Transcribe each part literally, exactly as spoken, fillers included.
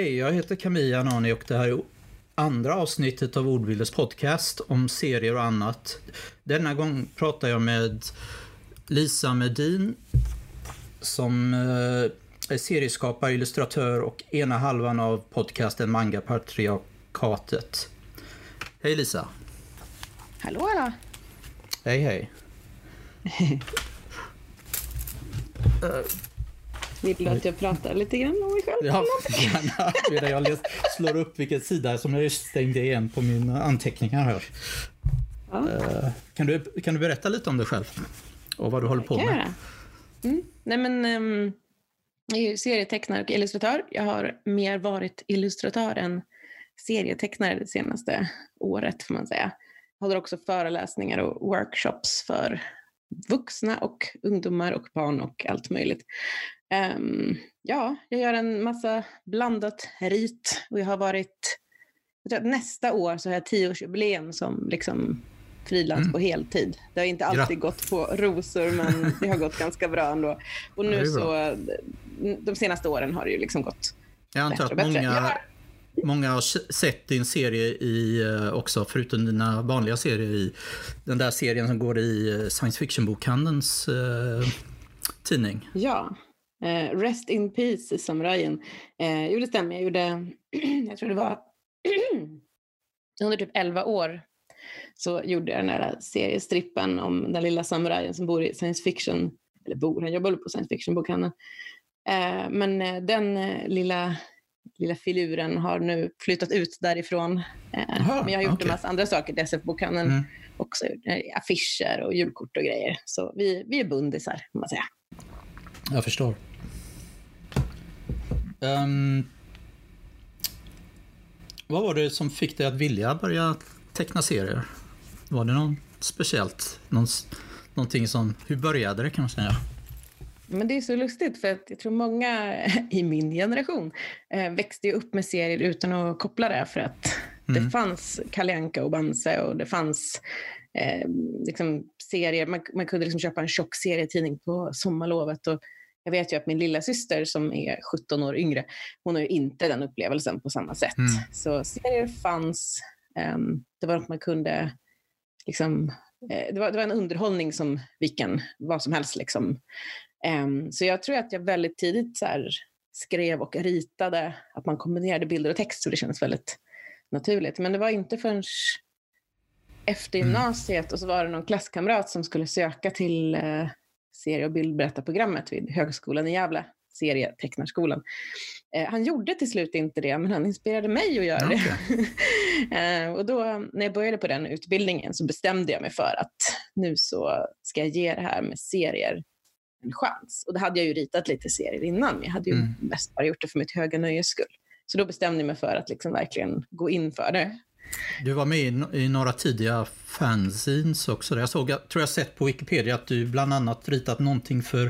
Hej, jag heter Camilla Anani och det här är andra avsnittet av Ordvildes podcast om serier och annat. Denna gång pratar jag med Lisa Medin som är serieskapare, illustratör och ena halvan av podcasten Manga Patriarkatet. Hej Lisa. Hallå hallå. Hej hej. uh, Vill du att jag pratar lite grann om mig själv? Ja, gärna. Medan jag läs, slår upp vilken sida som jag just stängde igen på mina anteckningar här. Ja. Uh, kan, du, kan du berätta lite om dig själv? Och vad du håller på med? Mm. Nej men, um, jag är ju serietecknare och illustratör. Jag har mer varit illustratör än serietecknare det senaste året får man säga. Jag håller också föreläsningar och workshops för vuxna och ungdomar och barn och allt möjligt. Um, ja, jag gör en massa blandat rit och jag har varit, jag tror att nästa år så har jag tioårsjubileum som liksom frilans mm. på heltid. Det har inte alltid Gra- gått på rosor men det har gått ganska bra ändå. Och nu så, de senaste åren har det ju liksom gått jag antar att många, ja. många har sett din serie i också, förutom dina vanliga serier, i den där serien som går i science fiction-bokhandelns eh, tidning. Ja. Uh, Rest in Peace, samurajen. Uh, jo, det stämmer. Jag gjorde, jag tror det var under typ elva år så gjorde jag den här seriestrippen om den lilla samurajen som bor i science fiction, eller bor, han jobbar på science fiction-bokhandeln. Uh, men uh, den uh, lilla, lilla filuren har nu flyttat ut därifrån. Uh, Aha, men jag har gjort okay. en massa andra saker, D S F-bokhandeln mm. också, uh, affischer och julkort och grejer. Så vi, vi är bundisar, kan man säga. Jag förstår. Um, vad var det som fick dig att vilja börja teckna serier? Var det något speciellt? Någon, någonting som, hur började det kan man säga? Men det är så lustigt för att jag tror många i min generation eh, växte ju upp med serier utan att koppla det för att mm. det fanns Kalle Anka och Bamse och det fanns eh, liksom serier, man, man kunde liksom köpa en tjock serietidning på sommarlovet och jag vet ju att min lilla syster som är sjutton år yngre, hon har ju inte den upplevelsen på samma sätt. Mm. Så serier fanns, um, det var att man kunde liksom, eh, det, var, det var en underhållning som vilken, vad som helst liksom. Um, så jag tror att jag väldigt tidigt så här, skrev och ritade att man kombinerade bilder och text så det kändes väldigt naturligt. Men det var inte förrän efter gymnasiet mm. och så var det någon klasskamrat som skulle söka till eh, serie- och bildberättarprogrammet vid Högskolan i Gävle, serietecknarskolan. Eh, han gjorde till slut inte det, men han inspirerade mig att göra okay. det. eh, och då, när jag började på den utbildningen så bestämde jag mig för att nu så ska jag ge det här med serier en chans. Och det hade jag ju ritat lite serier innan, men jag hade ju mm. mest bara gjort det för mitt höga nöjes skull. Så då bestämde jag mig för att liksom verkligen gå in för det. Du var med i, i några tidiga fanzines också. Jag såg, jag tror jag sett på Wikipedia att du bland annat ritat någonting för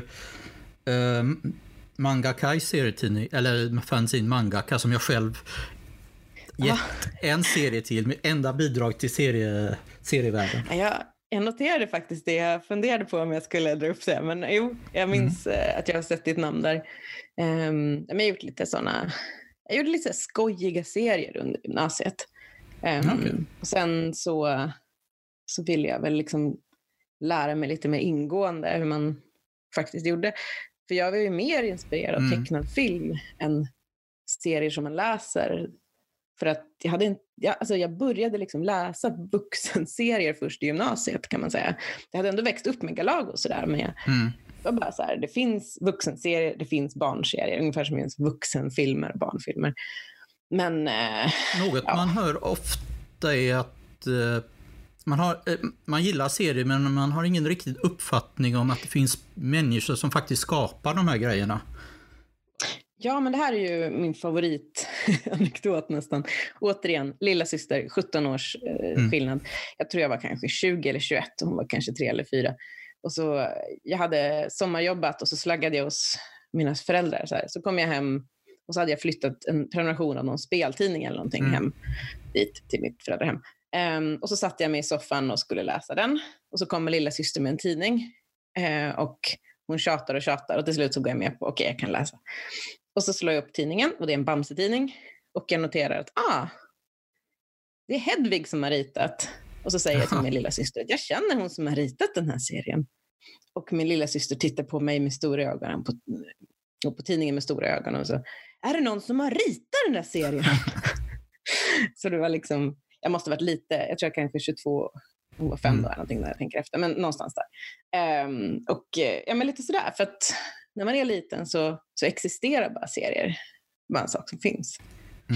eh, Mangakai serietidning, eller fanzine Mangaka som jag själv gett ah. en serie till, med enda bidrag till serie, serievärlden. Jag, jag noterade faktiskt det, jag funderade på om jag skulle dra upp det, men jo, jag minns mm. att jag har sett ditt namn där. Um, jag har gjort lite sådana, jag gjorde lite skojiga serier under gymnasiet. Um, okay. Och sen så, så ville jag väl liksom lära mig lite mer ingående hur man faktiskt gjorde. För jag var ju mer inspirerad av mm. tecknad film än serier som man läser. För att jag hade inte, jag, alltså jag började liksom läsa vuxenserier först i gymnasiet kan man säga. Jag hade ändå växt upp med Galago och sådär, men jag mm. var bara så här, det finns vuxenserier, det finns barnserier, ungefär som finns vuxenfilmer och barnfilmer. Men, eh, något ja. man hör ofta är att eh, man, har, eh, man gillar serier men man har ingen riktig uppfattning om att det finns människor som faktiskt skapar de här grejerna. Ja, men det här är ju min favoritanekdot nästan. Återigen, lilla syster, sjutton års eh, mm. skillnad. Jag tror jag var kanske tjugo eller tjugoett och hon var kanske tre eller fyra. Och så, jag hade sommarjobbat och så slaggade jag hos mina föräldrar. Så, här. Så kom jag hem och så hade jag flyttat en prenumeration av någon speltidning eller någonting mm. hem dit till mitt föräldrahem. Um, och så satt jag mig i soffan och skulle läsa den. Och så kommer lilla syster med en tidning. Uh, och hon tjatar och tjatar och till slut så går jag med på okej, okay, jag kan läsa. Och så slår jag upp tidningen och det är en Bamse-tidning. Och jag noterar att ah, det är Hedvig som har ritat. Och så säger jag till min lilla syster att jag känner hon som har ritat den här serien. Och min lilla syster tittar på mig med stora ögon på, och på tidningen med stora ögon och så, är det någon som har ritat den där serien? Så det var liksom, jag måste ha varit lite, jag tror jag kanske tjugotvå och fem då, någonting där jag tänker efter, men någonstans där. Um, och ja, men lite sådär, för att när man är liten så, så existerar bara serier, bara en sak som finns. Mm.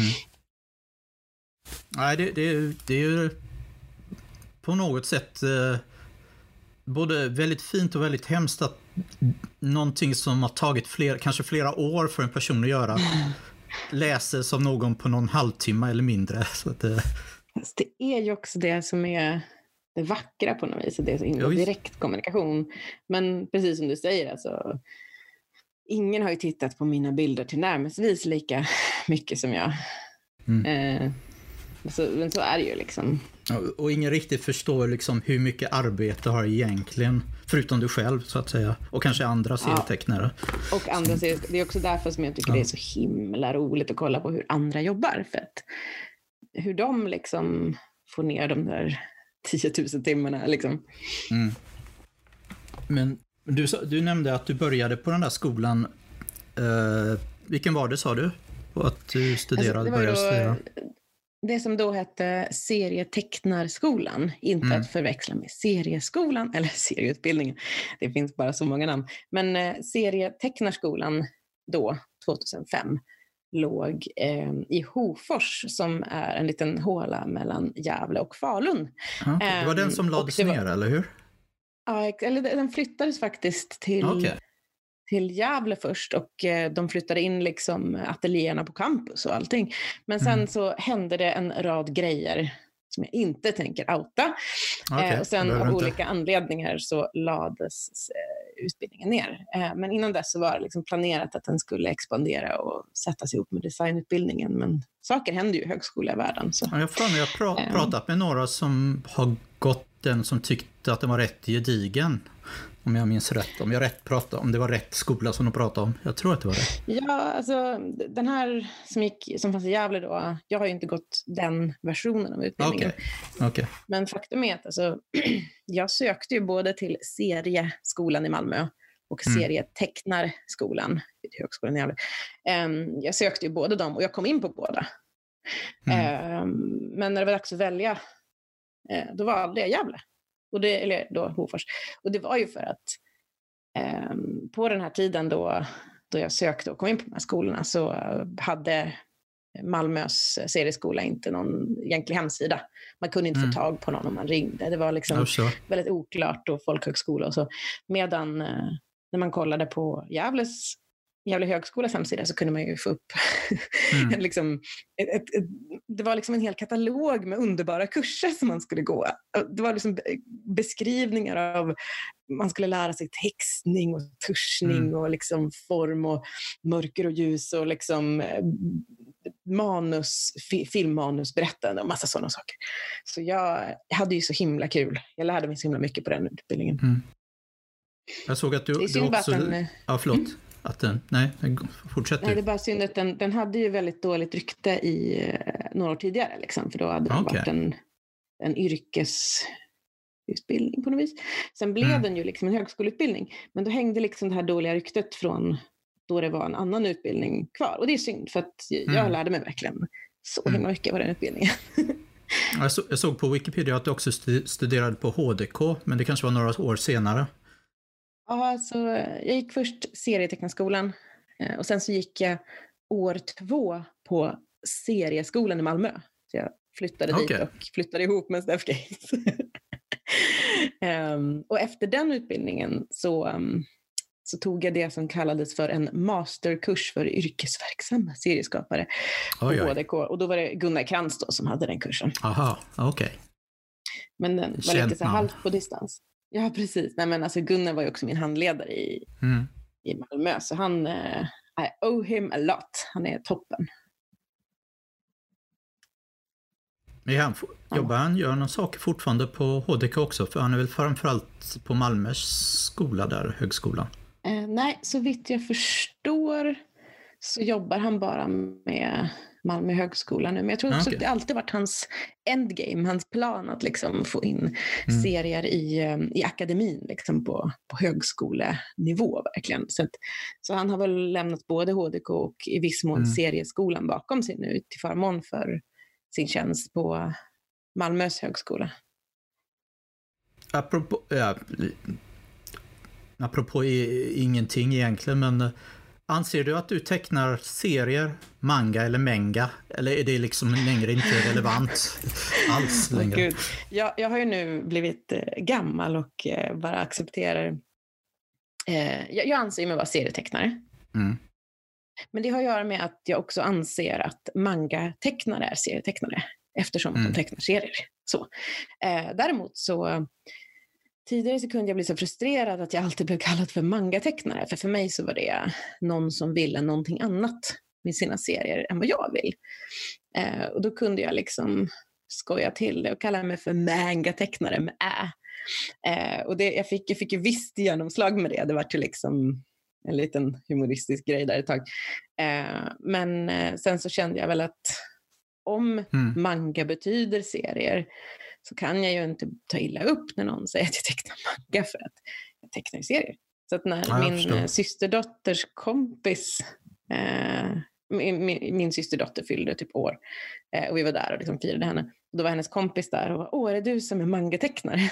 Nej, det, det, det är ju på något sätt eh, både väldigt fint och väldigt hemskt att någonting som har tagit fler, kanske flera år för en person att göra läser som någon på någon halvtimme eller mindre. Så att, eh. Det är ju också det som är det vackra på något vis. Det är så himla direkt kommunikation. Men precis som du säger, alltså, ingen har ju tittat på mina bilder till närmast lika mycket som jag. Mm. Eh, så, men så är det ju liksom. Och, och ingen riktigt förstår liksom hur mycket arbete har egentligen, förutom du själv så att säga, och kanske andra serietecknare. Ja, och andra serier, det är också därför som jag tycker ja. det är så himla roligt att kolla på hur andra jobbar, för att hur de liksom får ner de där tiotusen timmarna liksom. Mm. Men du, du nämnde att du började på den där skolan. Eh, vilken var det, sa du? På att du studerade, alltså, började studera? Det som då hette serietecknarskolan, inte mm. att förväxla med serieskolan eller serieutbildningen. Det finns bara så många namn. Men eh, serietecknarskolan då, tjugohundrafem, låg eh, i Hofors, som är en liten håla mellan Gävle och Falun. Okay. Det var den som lades ner, var, eller hur? Ja, eller den flyttades faktiskt till... Okay. till Gävle först, och eh, de flyttade in liksom ateljéerna på campus och allting. Men sen mm. så hände det en rad grejer som jag inte tänker outa. Okay, eh, och sen av olika inte. anledningar så lades eh, utbildningen ner. Eh, men innan dess så var det liksom planerat att den skulle expandera och sättas ihop med designutbildningen. Men saker händer ju i högskolevärlden. Så. Ja, jag har jag pra- eh. pratat med några som har gått den, som tyckte att den var rätt gedigen. Om jag minns rätt, om jag rätt pratade, om det var rätt skola som de pratade om. Jag tror att det var det. Ja, alltså den här som, gick, som fanns i Gävle då, jag har ju inte gått den versionen av utbildningen. Okay. Okay. Men faktum är att alltså, jag sökte ju både till serieskolan i Malmö och mm. serietecknarskolan i högskolan i Gävle. Um, jag sökte ju både dem och jag kom in på båda. Mm. Um, men när det var dags att välja, uh, då valde jag Gävle. Och det, eller då Hofors. Och det var ju för att eh, på den här tiden då, då jag sökte och kom in på de här skolorna, så hade Malmös serieskola inte någon egentlig hemsida. Man kunde inte mm. få tag på någon om man ringde. Det var liksom oh, väldigt oklart, och folkhögskola och så. Medan eh, när man kollade på Gävles Gävle högskolas hemsida så kunde man ju få upp mm. liksom, ett, ett, ett, det var liksom en hel katalog med underbara kurser som man skulle gå. Det var liksom beskrivningar av, man skulle lära sig textning och tuschning mm. och liksom form och mörker och ljus och liksom manus, fi, filmmanus, berättande och massa sådana saker. Så jag hade ju så himla kul. Jag lärde mig så himla mycket på den utbildningen. Mm. Jag såg att du, du också... Den, ja, förlåt. Mm. Att den, nej, fortsätter. Nej, det är bara synd att den, den hade ju väldigt dåligt rykte i eh, några år tidigare. Liksom, för då hade den okay. varit en, en yrkesutbildning på något vis. Sen blev mm. den ju liksom en högskoleutbildning. Men då hängde liksom det här dåliga ryktet från då det var en annan utbildning kvar. Och det är synd, för att jag mm. lärde mig verkligen så himla mm. mycket på den utbildningen. jag, så, jag såg på Wikipedia att du också studerade på H D K, men det kanske var några år senare. Ja, alltså, jag gick först serietecknarskolan och sen så gick jag år två på serieskolan i Malmö. Så jag flyttade okay. dit och flyttade ihop med Steph Gates. um, och efter den utbildningen så, um, så tog jag det som kallades för en masterkurs för yrkesverksamma serieskapare på H D K. Och då var det Gunnar Krantz då som hade den kursen. Aha, okej. Okay. Men den var Känt lite så halvt på distans. Ja, precis. Nej, men alltså Gunnar var ju också min handledare i, mm. i Malmö. Så han, uh, I owe him a lot. Han är toppen. Men han jobbar han gör någon sak fortfarande på H D K också? För han är väl framförallt på Malmös skola där, högskolan? Uh, nej, så vitt jag förstår så jobbar han bara med Malmö högskola nu. Men jag tror också okay. att det alltid varit hans endgame, hans plan att liksom få in mm. serier i, i akademin liksom på, på högskolenivå verkligen. Så, att, så han har väl lämnat både H D K och i viss mån mm. serieskolan bakom sig nu till förmån för sin tjänst på Malmös högskola. Apropå, ja, apropå ingenting egentligen, men anser du att du tecknar serier, manga eller manga? Eller är det liksom längre inte relevant alls längre? Oh, jag, jag har ju nu blivit gammal och bara accepterar... Eh, jag, jag anser mig vara serietecknare. Mm. Men det har att göra med att jag också anser att manga-tecknare är serietecknare. Eftersom mm. de tecknar serier. Så. Eh, däremot så... Tidigare så kunde jag bli så frustrerad att jag alltid blev kallad för mangatecknare. För för mig så var det någon som ville någonting annat med sina serier än vad jag vill. Eh, och då kunde jag liksom skoja till det och kalla mig för mangatecknare med ä. Eh, och det, jag, fick, jag fick ju visst genomslag med det. Det var till liksom en liten humoristisk grej där ett tag. Eh, men eh, sen så kände jag väl att om mm. manga betyder serier så kan jag ju inte ta illa upp när någon säger att jag tecknar manga för att jag tecknar serier. Så att när ja, min förstår. systerdotters kompis, eh, min, min, min systerdotter fyllde typ år eh, och vi var där och liksom firade henne. Och då var hennes kompis där och åh, är det du som är mangatecknare?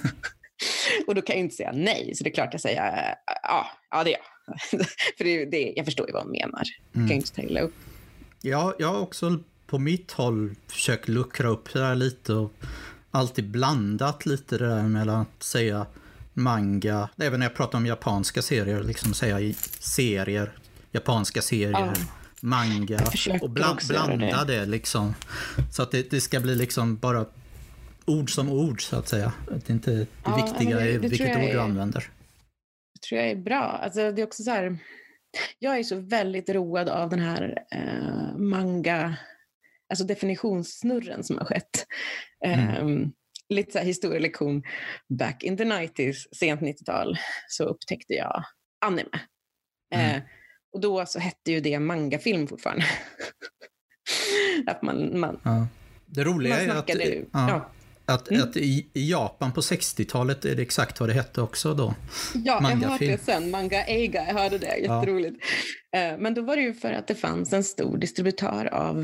Och då kan jag inte säga nej, så det är klart jag säger ja, ja det är jag. För det, det, jag förstår ju vad hon menar. Jag kan mm. inte ta illa upp. Ja, jag har också på mitt håll försökt luckra upp det här lite och alltid blandat lite det där mellan att säga manga, även när jag pratar om japanska serier, liksom säga i serier, japanska serier, ja. manga och bland, blanda det. det liksom. Så att det, det ska bli liksom bara ord som ord så att säga. Att det inte det ja, viktiga det, det är vilket ord är, du använder. Det tror jag är bra. Alltså det är också så här, jag är så väldigt road av den här eh, manga, alltså definitionssnurren som har skett. Mm. Um, lite så här historielektion. Back in the nineties, sent nittiotal, så upptäckte jag anime. Mm. Uh, och då så hette ju det mangafilm fortfarande. att man, man, ja. Det roliga är att, ju, ja, ja. att, mm. att i, i Japan på sextiotalet är det exakt vad det hette också då. Ja, mangafilm. Jag hörde det sen. Manga Eiga, jag hörde det. Jätteroligt. Ja. Uh, men då var det ju för att det fanns en stor distributör av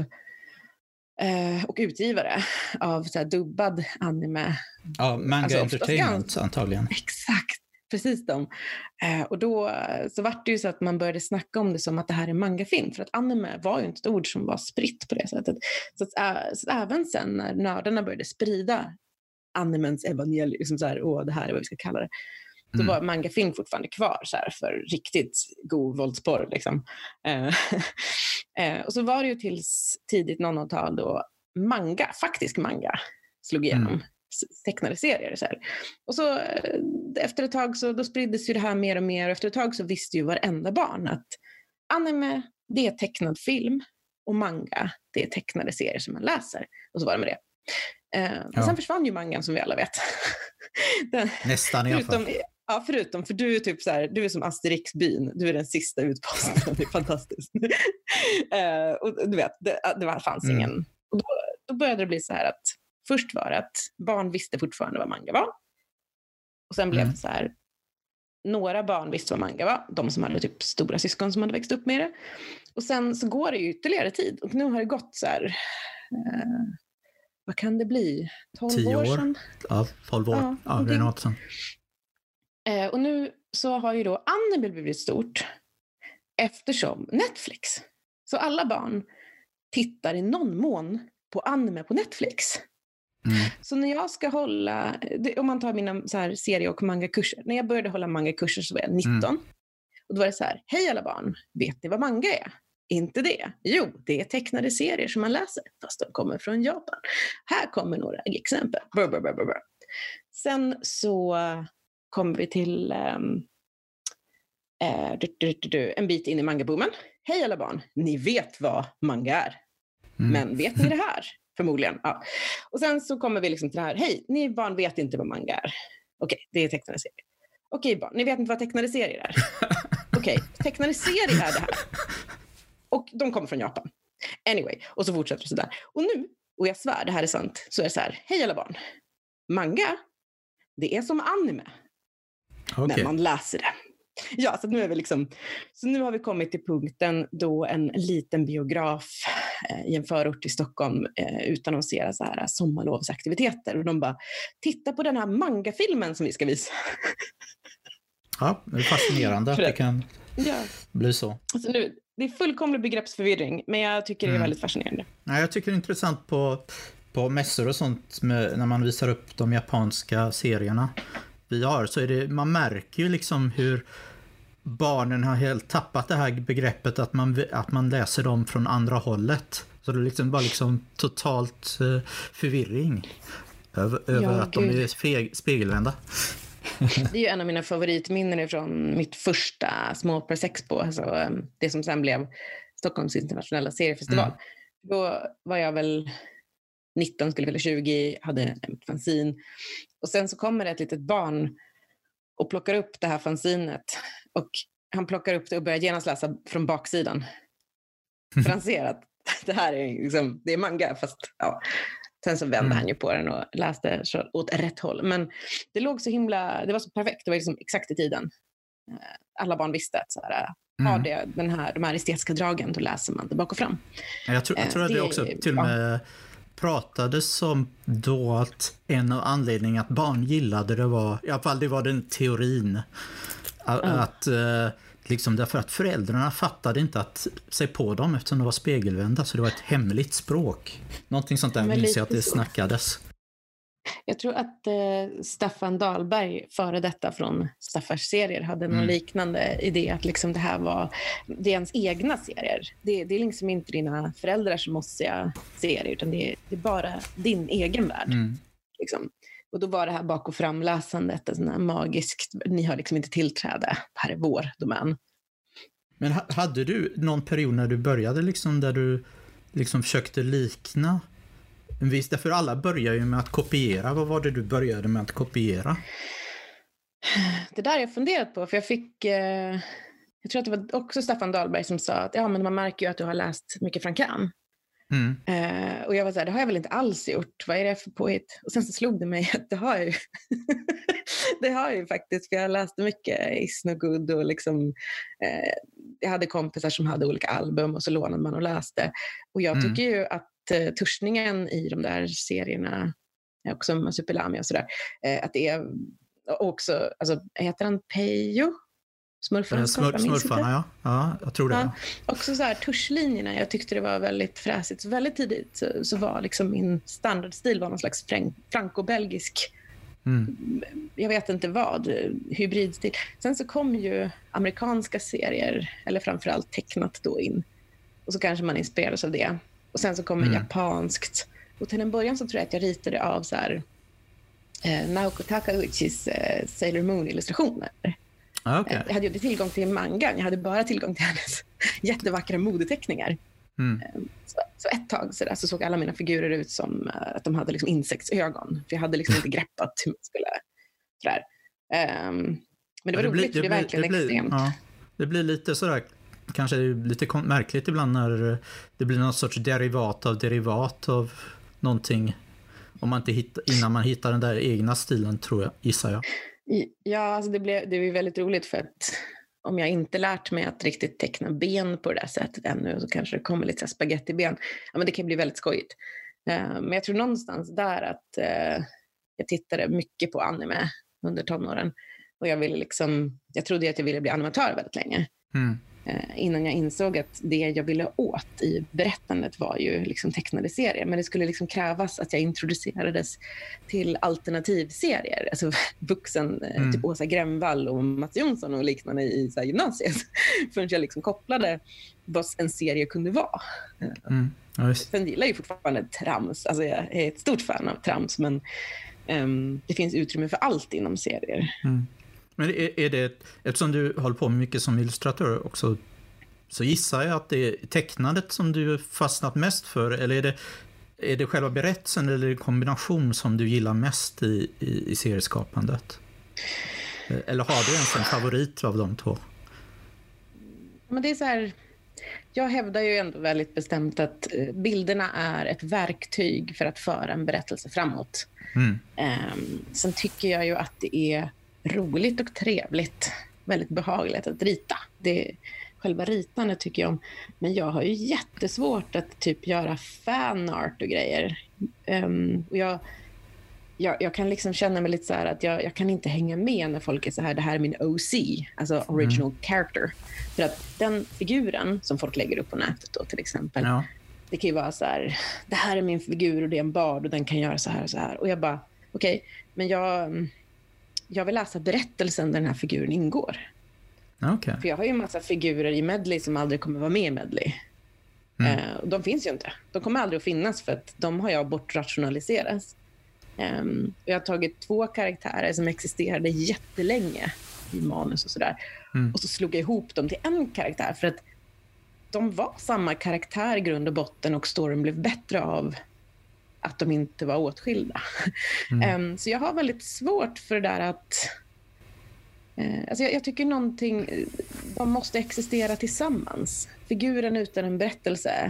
Uh, och utgivare av så här dubbad anime. Ja, Manga alltså, Entertainment ja, antagligen. Exakt, precis de. Uh, och då så var det ju så att man började snacka om det som att det här är mangafilm. För att anime var ju inte ett ord som var spritt på det sättet. Så, att, uh, så att även sen när nördarna började sprida animens evangelium, liksom så här, åh det här är vad vi ska kalla det. Då mm. var mangafilm fortfarande kvar så här, för riktigt god våldsporr. Liksom. Uh, uh, och så var det ju tills tidigt nittonhundratal då manga, faktisk manga, slog igenom mm. tecknade serier. Så här. Och så uh, efter ett tag så då spriddes ju det här mer och mer. Och efter ett tag så visste ju varenda barn att anime, det är tecknad film och manga, det är tecknade serier som man läser. Och så var det med det. Uh, ja. Sen försvann ju mangan som vi alla vet. Den, nästan i alla fall. Ja, förutom, för du är typ så här, du är som Asterix-byn, du är den sista utposten, det är fantastiskt. uh, och du vet, det, det fanns mm. ingen. Och då, då började det bli så här att, först var det att barn visste fortfarande vad manga var. Och sen blev mm. det så här, några barn visste vad manga var, de som hade typ stora syskon som hade växt upp med det. Och sen så går det ju ytterligare tid, och nu har det gått så här, uh, vad kan det bli? tolv Tio år år sedan? Ja, tolv år. Ja, ja det är något sånt. Eh, och nu så har ju då anime blivit stort eftersom Netflix. Så alla barn tittar i någon mån på anime på Netflix. Mm. Så när jag ska hålla, om man tar mina så här serie- och manga-kurser. När jag började hålla manga-kurser så var jag nitton. Mm. Och då var det så här, hej alla barn, vet ni vad manga är? Inte det. Jo, det är tecknade serier som man läser, fast de kommer från Japan. Här kommer några exempel. Brr, brr, brr, brr. Sen så kommer vi till um, uh, du, du, du, du, en bit in i mangaboomen. Hej alla barn, ni vet vad manga är. Mm. Men vet ni det här? Förmodligen. Ja. Och sen så kommer vi liksom till det här. Hej, ni barn vet inte vad manga är. Okej, det är tecknade serier. Okej barn, ni vet inte vad tecknade serier är. Okej, tecknade serier är det här. Och de kommer från Japan. Anyway, och så fortsätter det sådär. Och nu, och jag svär, det här är sant, så är det så här: hej alla barn. Manga, det är som anime. Okay. Men man läser det. Ja, så nu är vi liksom, så nu har vi kommit till punkten då en liten biograf eh, i en förort i Stockholm eh, utannonserar så här sommarlovsaktiviteter. Och de bara, titta på den här mangafilmen som vi ska visa. Ja, det är fascinerande att det kan ja. bli så. Alltså nu, det är fullkomlig begreppsförvirring, men jag tycker det är mm. väldigt fascinerande. Ja, jag tycker det är intressant på, på mässor och sånt med, när man visar upp de japanska serierna vi har, så är det, man märker ju liksom hur barnen har helt tappat det här begreppet att man, att man läser dem från andra hållet. Så det är liksom bara liksom totalt uh, förvirring över, ja, över att Gud. de är fe- spegelvända. Det är ju en av mina favoritminnen från mitt första Smallpress Expo, alltså det som sen blev Stockholms internationella seriefestival. Mm. Då var jag väl nitton, skulle väl tjugo, hade en fanzin. Och sen så kommer det ett litet barn och plockar upp det här fanzinet. Och han plockar upp det och börjar genast läsa från baksidan. För han ser att det här är, liksom, det är manga, fast ja. Sen så vände mm. han ju på den och läste åt rätt håll. Men det låg så himla, det var så perfekt, det var liksom exakt i tiden. Alla barn visste att så här, mm. har det den här, de här estetiska dragen, då läser man det bak och fram. Jag tror, jag tror att det, det också till och med ja. pratades om då att en av anledningarna att barn gillade det var, i alla fall det var den teorin, att, mm. att liksom därför att föräldrarna fattade inte att se på dem eftersom de var spegelvända, så det var ett hemligt språk. Någonting sånt där minns jag att det så. snackades. Jag tror att eh, Staffan Dahlberg före detta från Staffars serier hade någon mm. liknande idé att liksom det här var det är ens egna serier. Det, det är liksom inte dina föräldrars mossiga serier, utan det är, det är bara din egen värld. Mm. Liksom. Och då var det här bak- och framläsandet ett sån här magiskt, ni har liksom inte tillträde, här är vår domän. Men hade du någon period när du började liksom där du liksom försökte likna en viss, därför alla börjar ju med att kopiera. Vad var det du började med att kopiera? Det där har jag funderat på, för jag fick eh, jag tror att det var också Staffan Dahlberg som sa att ja, men man märker ju att du har läst mycket Frank Kram. Mm. Uh, och jag var så här, det har jag väl inte alls gjort. Vad är det för påhitt? Och sen så slog det mig att det har jag ju. Det har jag ju faktiskt, för jag läste mycket Is No Good och liksom uh, jag hade kompisar som hade olika album och så lånade man och läste. Och jag tycker mm. ju att uh, tuschningen i de där serierna, också med Superlami och sådär, uh, att det är också, alltså heter han Pejo? Smurfarna, Smurf, smurfarna ja. ja, jag tror det. Ja, också så här tuschlinjerna, jag tyckte det var väldigt fräsigt. Så väldigt tidigt så, så var liksom min standardstil var någon slags franco-belgisk, mm. jag vet inte vad, hybridstil. Sen så kom ju amerikanska serier, eller framförallt tecknat då in. Och så kanske man inspireras av det. Och sen så kommer mm. japanskt. Och till en början så tror jag att jag ritade av så här eh, Naoko Takauchis eh, Sailor Moon-illustrationer. Okay. Jag hade ju inte tillgång till manga, jag hade bara tillgång till hennes jättevackra modeteckningar. Mm. Så, så ett tag så, där, så såg alla mina figurer ut som att de hade liksom insektsögon. För jag hade liksom inte greppat hur man skulle sådär. Um, men det var ja, det roligt, blir, det för det är blir, verkligen det blir, extremt. Ja, det blir lite sådär, kanske lite märkligt ibland när det blir någon sorts derivat av derivat av någonting. Om man inte hittar, innan man hittar den där egna stilen, tror jag, gissar jag. Ja, alltså det blev det är väldigt roligt, för att om jag inte lärt mig att riktigt teckna ben på det där sättet ännu, så kanske det kommer lite spagettiben. Ja, men det kan bli väldigt skojigt. Uh, men jag tror någonstans där att uh, jag tittade mycket på anime under tonåren. Och jag ville liksom, jag trodde att jag ville bli animatör väldigt länge. Mm. Uh, innan jag insåg att det jag ville åt i berättandet var ju liksom tecknade serier. Men det skulle liksom krävas att jag introducerades till alternativserier. Alltså vuxen, mm. typ Åsa Grönvall och Mats Jonsson och liknande i så här, gymnasiet. Förrän jag liksom kopplade vad en serie kunde vara. Mm. Ja, sen gillar jag ju fortfarande trams. Alltså jag är ett stort fan av trams. Men um, det finns utrymme för allt inom serier. Mm. Men är, är det, eftersom du håller på med mycket som illustratör också, så gissar jag att det är tecknandet som du fastnat mest för, eller är det, är det själva berättelsen eller är det kombination som du gillar mest i, i, i serieskapandet? Eller har du ens en favorit av de två? Men det är så här, jag hävdar ju ändå väldigt bestämt att bilderna är ett verktyg för att föra en berättelse framåt. Mm. Um, sen tycker jag ju att det är roligt och trevligt, väldigt behagligt att rita. Det, själva ritandet tycker jag om. Men jag har ju jättesvårt att typ göra fanart och grejer. Um, och jag, jag, jag kan liksom känna mig lite så här att jag, jag kan inte hänga med när folk är så här, det här är min O C, alltså original mm. character. För att den figuren som folk lägger upp på nätet då till exempel, ja. det kan ju vara så här, det här är min figur och det är en bard och den kan göra så här och så här. Och jag bara, okej, okay, men jag, jag vill läsa berättelsen där den här figuren ingår. Okay. För jag har ju en massa figurer i Medley som aldrig kommer vara med i Medley. Mm. Uh, och de finns ju inte. De kommer aldrig att finnas för att de har jag bortrationaliserat. Um, jag har tagit två karaktärer som existerade jättelänge i manus och sådär. Mm. Och så slog jag ihop dem till en karaktär för att de var samma karaktär i grund och botten och storyn blev bättre av att de inte var åtskilda. Mm. um, så jag har väldigt svårt för det där att uh, alltså jag, jag tycker någonting, de måste existera tillsammans. Figuren utan en berättelse.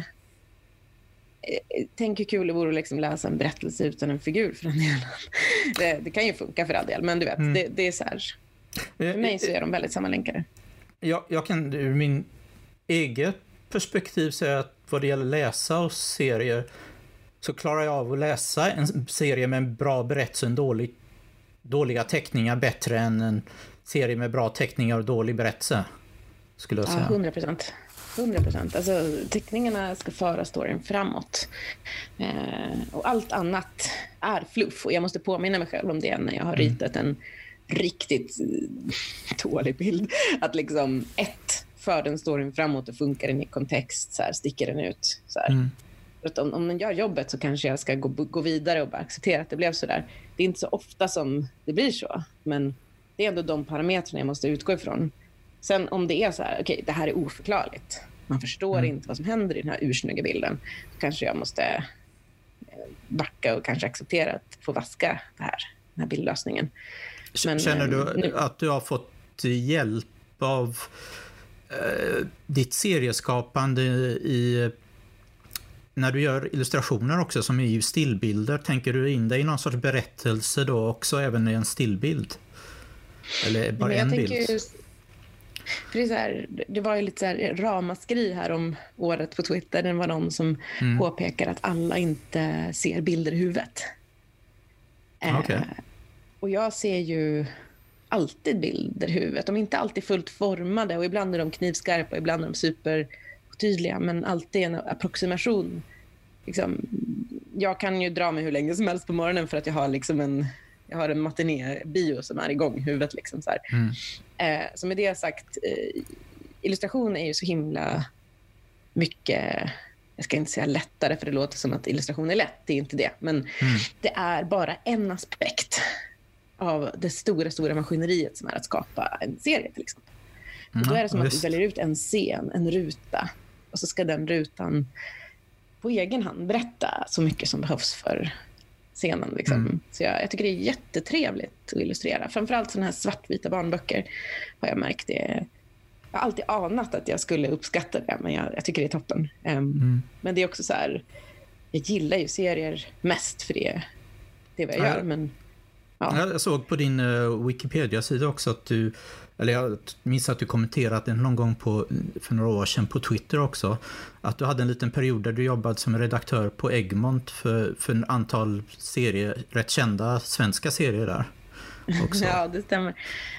Tänk hur kul det vore att liksom läsa en berättelse utan en figur för den delen. Det, det kan ju funka för all del, men du vet, mm. det, det är så här. För mig så är de väldigt sammanlänkade. Jag, jag kan ur min egen perspektiv säga att vad det gäller läsa och serier så klarar jag av att läsa en serie med en bra berättelse och en dålig, dåliga teckningar bättre än en serie med bra teckningar och dålig berättelse, skulle jag säga. Ja, hundra procent. hundra procent. Alltså, teckningarna ska föra storyn framåt. Eh, och allt annat är fluff. Och jag måste påminna mig själv om det när jag har ritat en riktigt dålig bild. Att liksom, ett, för den storyn framåt och funkar den i kontext. Så här, sticker den ut. Så här. Mm. För att om, om den gör jobbet så kanske jag ska gå, gå vidare och bara acceptera att det blev så där. Det är inte så ofta som det blir så. Men det är ändå de parametrarna jag måste utgå ifrån. Sen om det är så här, okej, okay, det här är oförklarligt. Man förstår mm. inte vad som händer i den här ursnygga bilden. Då kanske jag måste backa och kanske acceptera att få vaska det här, den här bildlösningen. Men, känner du nu... att du har fått hjälp av eh, ditt serieskapande i när du gör illustrationer också som är ju stillbilder? Tänker du in dig i någon sorts berättelse då också, även i en stillbild? Eller bara en bild? Just... För det, är så här, det var ju lite så här ramaskri här om året på Twitter. Det var någon som mm. påpekar att alla inte ser bilder i huvudet. Okay. Eh, och jag ser ju alltid bilder i huvudet. De är inte alltid fullt formade och ibland är de knivskarpa och ibland är de supertydliga. Men alltid en approximation. Liksom, jag kan ju dra mig hur länge som helst på morgonen för att jag har liksom en... Jag har en matiné-bio som är igång i huvudet. Liksom, så här. Mm. Eh, så med det sagt, eh, illustration är ju så himla mycket, jag ska inte säga lättare för det låter som att illustration är lätt, det är inte det. Men mm. det är bara en aspekt av det stora, stora maskineriet som är att skapa en serie till exempel. Mm. Och då är det som att du väljer ut en scen, en ruta. Och så ska den rutan på egen hand berätta så mycket som behövs för scenen liksom. Mm. Så jag, jag tycker det är jättetrevligt att illustrera. Framförallt sådana här svartvita barnböcker har jag märkt det. Jag har alltid anat att jag skulle uppskatta det, men jag, jag tycker det är toppen. Um, mm. Men det är också så här, jag gillar ju serier mest för det, det är vad jag ja, gör. Men, ja. Jag såg på din uh, Wikipedia-sida också att du, eller jag minns att du kommenterat den någon gång på, för några år sedan på Twitter också, att du hade en liten period där du jobbade som redaktör på Egmont för, för en antal serier, rätt kända svenska serier där också. Ja, det stämmer.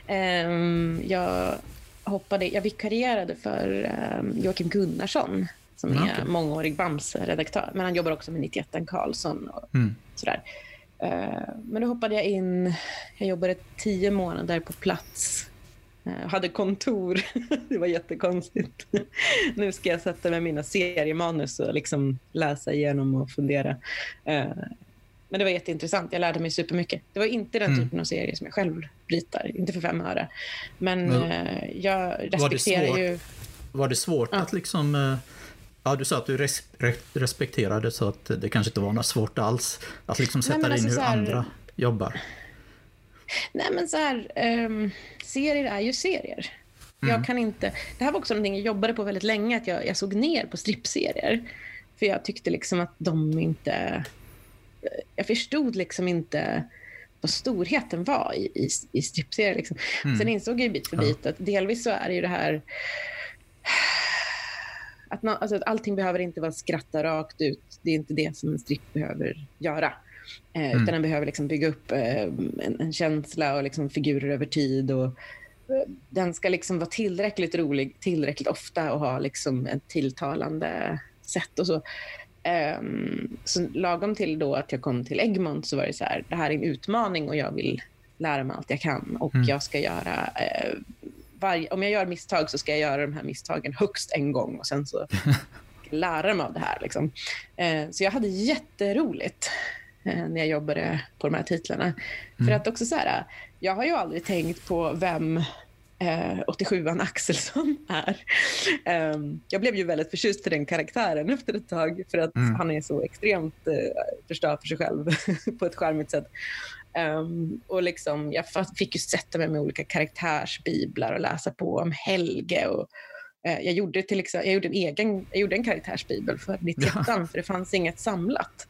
Um, jag hoppade, jag vikarierade för um, Joakim Gunnarsson som är okay. mångårig Bamse-redaktör, men han jobbar också med nittioett Karlsson och mm. sådär. Uh, men då hoppade jag in, jag jobbade tio månader på plats. Jag hade kontor. Det var jättekonstigt. Nu ska jag sätta med mina seriemanus och liksom läsa igenom och fundera. Men det var jätteintressant. Jag lärde mig supermycket. Det var inte den typen av serie som jag själv ritar. Inte för fem öre. Men, Men jag respekterar var ju... Var det svårt ja. att liksom... Ja, du sa att du res- respekterade så att det kanske inte var något svårt alls. Att liksom sätta Nej, alltså in hur här... andra jobbar. Nej, men så här, um, serier är ju serier. Mm. Jag kan inte, det här var också någonting jag jobbade på väldigt länge, att jag, jag såg ner på strippserier. För jag tyckte liksom att de inte, jag förstod liksom inte vad storheten var i, i, i strippserier. Liksom. Mm. Sen insåg jag bit för bit att delvis så är det ju det här att, man, alltså att allting behöver inte vara skratta rakt ut. Det är inte det som en stripp behöver göra. Eh, mm. Utan den behöver liksom bygga upp eh, en, en känsla och liksom figurer över tid. Och, eh, den ska liksom vara tillräckligt rolig, tillräckligt ofta och ha liksom ett tilltalande sätt och så. Um, så lagom till då att jag kom till Egmont så var det så här, det här är en utmaning och jag vill lära mig allt jag kan och mm. jag ska göra uh, varje, om jag gör misstag så ska jag göra de här misstagen högst en gång och sen så lära mig av det här liksom. Uh, så jag hade jätteroligt uh, när jag jobbade på de här titlarna. Mm. För att också så här, jag har ju aldrig tänkt på vem Uh, åttiosjuan Axelsson är. Um, jag blev ju väldigt förtjust för den karaktären efter ett tag för att mm. han är så extremt uh, förstörd för sig själv på ett charmigt sätt. Um, och liksom, jag fick ju sätta mig med olika karaktärsbiblar och läsa på om Helge och uh, jag gjorde till exempel, jag gjorde en egen jag gjorde en karaktärsbibel för nittioett ja. För det fanns inget samlat.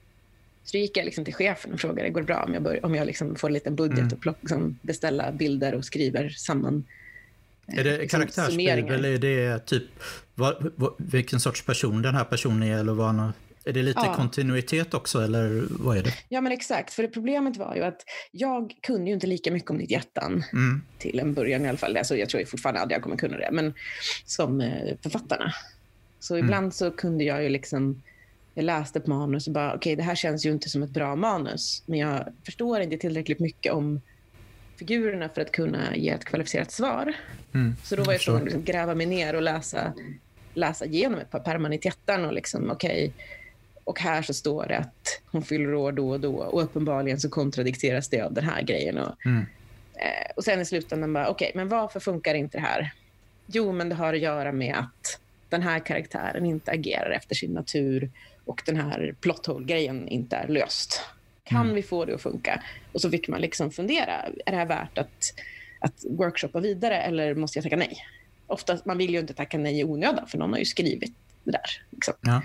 Så gick jag liksom till chefen och frågade, går det bra om jag, bör, om jag liksom får en liten budget mm. och plock, liksom beställa bilder och skriver samman. Är det liksom karaktärsbibel eller är det typ vad, vad, vilken sorts person den här personen är eller vad han, är det lite ja. kontinuitet också eller vad är det? Ja men exakt, för det problemet var ju att jag kunde ju inte lika mycket om nittioett mm. till en början i alla fall. Alltså, jag tror jag fortfarande aldrig jag kommer kunna det, men som eh, författarna. Så mm. ibland så kunde jag ju liksom jag läste ett manus och bara, okej, okay, det här känns ju inte som ett bra manus. Men jag förstår inte tillräckligt mycket om figurerna för att kunna ge ett kvalificerat svar. Mm, så då var jag tvungen att liksom gräva mig ner och läsa, läsa igenom ett par pärmar nittiottan och liksom, okej. Okay, och här så står det att hon fyller år då och då. Och uppenbarligen så kontradikteras det av den här grejen. Och, mm. eh, och sen i slutändan bara, okej, okay, men varför funkar inte det här? Jo, men det har att göra med att den här karaktären inte agerar efter sin natur och den här plothole-grejen inte är löst. Kan mm. vi få det att funka? Och så fick man liksom fundera, är det här värt att, att workshoppa vidare eller måste jag tacka nej? Oftast, man vill ju inte tacka nej i onödan för någon har ju skrivit det där. Liksom. Ja.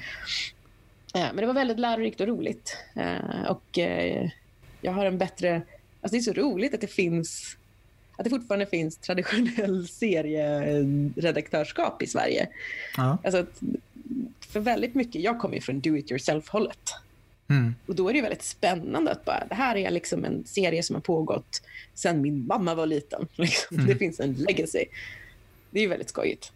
Ja, men det var väldigt lärorikt och roligt. Uh, och uh, jag har en bättre... Alltså det är så roligt att det finns... Att det fortfarande finns traditionell serieredaktörskap i Sverige. Ja. Alltså att, för väldigt mycket, jag kommer ju från do-it-yourself-hållet. Mm. Och då är det ju väldigt spännande att bara, det här är liksom en serie som har pågått sedan min mamma var liten. Liksom. Mm. Det finns en legacy. Det är ju väldigt skojigt.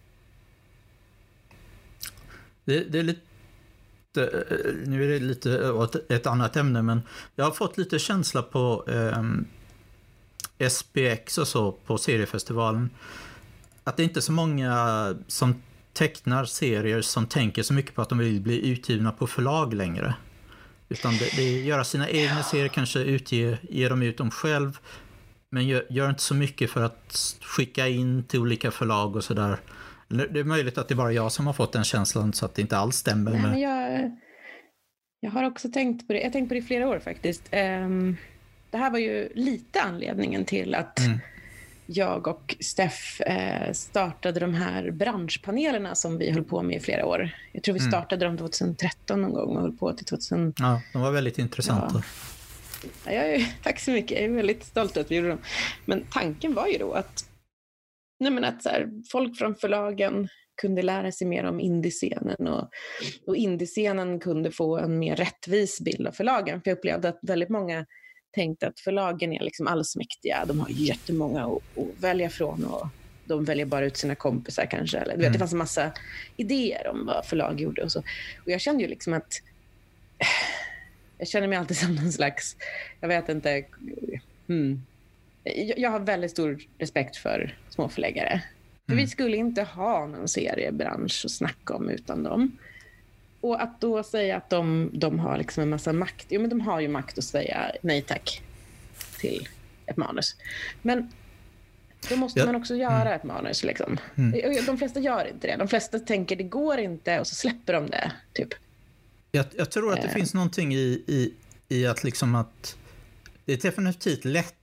Det, det är lite, nu är det lite ett annat ämne, men jag har fått lite känsla på um, S B X och så på seriefestivalen. Att det inte är så många som tecknar serier som tänker så mycket på att de vill bli utgivna på förlag längre. Utan det, det göra sina egna serier, kanske utge, ge dem ut dem själv. Men gör, gör inte så mycket för att skicka in till olika förlag och sådär. Det är möjligt att det är bara jag som har fått den känslan så att det inte alls stämmer. Nej, med... men jag, jag har också tänkt på det. Jag har tänkt på det i flera år faktiskt. Um, det här var ju lite anledningen till att mm. jag och Steff eh, startade de här branschpanelerna som vi höll på med i flera år. Jag tror vi startade mm. dem tjugohundratretton någon gång och höll på till tvåtusen. Ja, de var väldigt intressanta. Ja. Ja, jag är, tack så mycket. Jag är väldigt stolt att vi gjorde dem. Men tanken var ju då att, nej men att så här, folk från förlagen kunde lära sig mer om indiescenen och, och indiescenen kunde få en mer rättvis bild av förlagen. För jag upplevde att väldigt många tänkte att förlagen är liksom allsmäktiga. De har jättemånga att, att välja från och de väljer bara ut sina kompisar kanske. Eller, du vet, mm. Det fanns en massa idéer om vad förlag gjorde och så. Och jag kände ju liksom att jag känner mig alltid som någon slags, jag vet inte, hmm. jag, jag har väldigt stor respekt för småförläggare. För mm. vi skulle inte ha någon seriebransch att snacka om utan dem. Och att då säga att de, de har liksom en massa makt. Jo, men de har ju makt att säga nej tack till ett manus. Men då måste ja. man också göra mm. ett manus. Liksom. Mm. De flesta gör inte det. De flesta tänker det går inte och så släpper de det. Typ. Jag, jag tror att det eh. finns någonting i, i, i att, liksom att det är definitivt lätt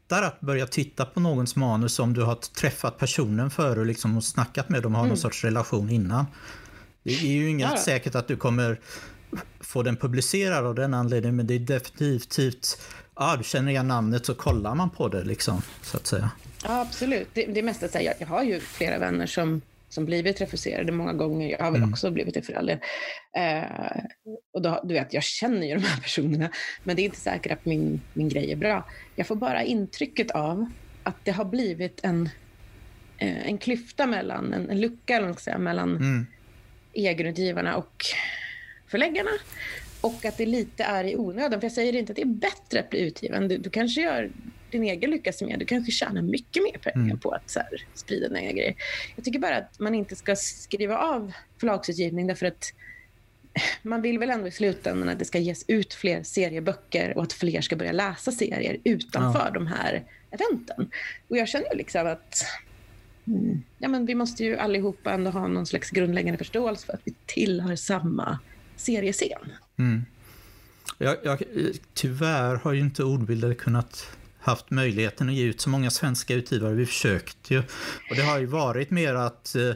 lättare att börja titta på någons manus om du har träffat personen förr och liksom snackat med dem och har mm. någon sorts relation innan. Det är ju inget ja. säkert att du kommer få den publicerad av den anledningen, men det är definitivt, ja, du känner igen namnet så kollar man på det liksom, så att säga. Ja, absolut. Det, det mesta säger jag, jag har ju flera vänner som som blivit refuserade många gånger. Jag har väl mm. också blivit det för all del. Eh, och då, du vet, jag känner ju de här personerna, men det är inte säkert att min, min grej är bra. Jag får bara intrycket av att det har blivit en, eh, en klyfta mellan, en, en lucka eller vad man ska säga, mellan mm. egenutgivarna och förläggarna. Och att det lite är i onödan. För jag säger inte att det är bättre att bli utgiven. Du, du kanske gör din egen lyckas med. Du kanske tjänar mycket mer pengar mm. på att så här, sprida dina egna grejer. Jag tycker bara att man inte ska skriva av förlagsutgivning, därför att man vill väl ändå i slutändan att det ska ges ut fler serieböcker och att fler ska börja läsa serier utanför ja. de här eventen. Och jag känner ju liksom att mm, ja, men vi måste ju allihopa ändå ha någon slags grundläggande förståelse för att vi tillhör samma seriescen. Mm. Jag, jag, tyvärr har ju inte Ordbilder kunnat haft möjligheten att ge ut så många svenska utgivare. Vi försökt ju. Och det har ju varit mer att, eh,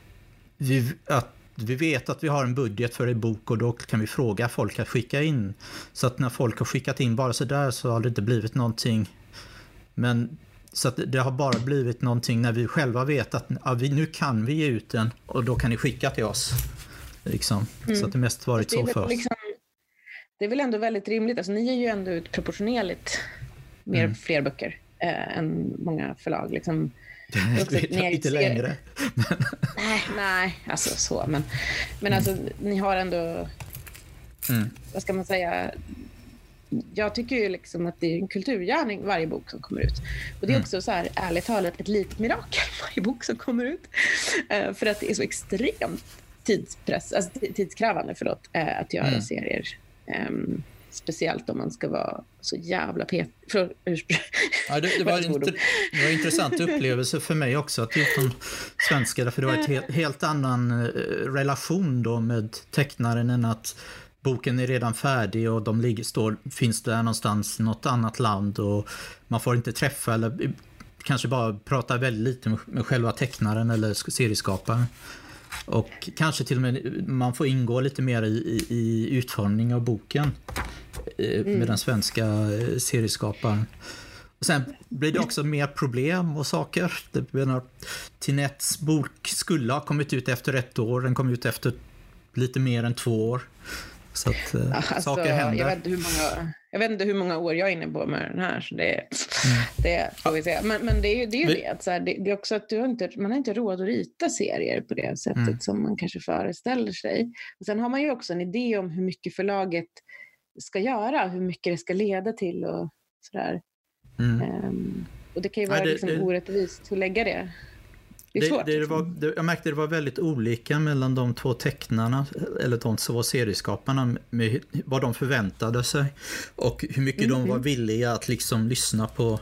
vi, att vi vet att vi har en budget för en bok och då kan vi fråga folk att skicka in. Så att när folk har skickat in bara så där så har det inte blivit någonting. Men så att det har bara blivit någonting när vi själva vet att ja, vi, nu kan vi ge ut den och då kan ni skicka till oss. Liksom. Mm. Så att det mest varit det så för oss. Liksom, det är väl ändå väldigt rimligt. Alltså, ni ger ju ändå ut proportionerligt mer mm. fler böcker äh, än många förlag. Liksom. Det är lite längre. nej, nej, alltså så. Men, men mm. alltså, ni har ändå, mm. vad ska man säga, jag tycker ju liksom att det är en kulturgärning varje bok som kommer ut. Och det är också så här, ärligt talat, ett litet mirakel varje bok som kommer ut. Uh, för att det är så extremt tidspress, alltså tidskrävande, förlåt, uh, att göra mm. serier. Um, speciellt om man ska vara så jävla pet... För, ja, det, det, var inte, det var en intressant upplevelse för mig också att just de svenska, för det var ett helt, helt annan relation då med tecknaren än att boken är redan färdig och de ligger, står, finns där någonstans i något annat land och man får inte träffa eller kanske bara prata väldigt lite med, med själva tecknaren eller serieskaparen. Och kanske till och med man får ingå lite mer i, i, i utformning av boken mm. med den svenska serieskaparen. Och sen blir det också mer problem och saker. Det menar, Tinets bok skulle ha kommit ut efter ett år. Den kom ut efter lite mer än två år. Så att alltså, saker händer. Jag vet inte hur många, jag vet inte hur många år jag är inne på med den här. Så det, mm. det får vi se. Men, men det är ju det. Är ju vi, det, så här, det, det är också att du har inte, man har inte råd att rita serier på det sättet mm. som man kanske föreställer sig. Och sen har man ju också en idé om hur mycket förlaget ska göra. Hur mycket det ska leda till och sådär. Mm. Um, och det kan ju vara Nej, det, liksom det, orättvist att lägga det. Det det, svårt, det, det var, det, jag märkte att det var väldigt olika mellan de två tecknarna eller de två serieskaparna med vad de förväntade sig och hur mycket mm. de var villiga att liksom lyssna på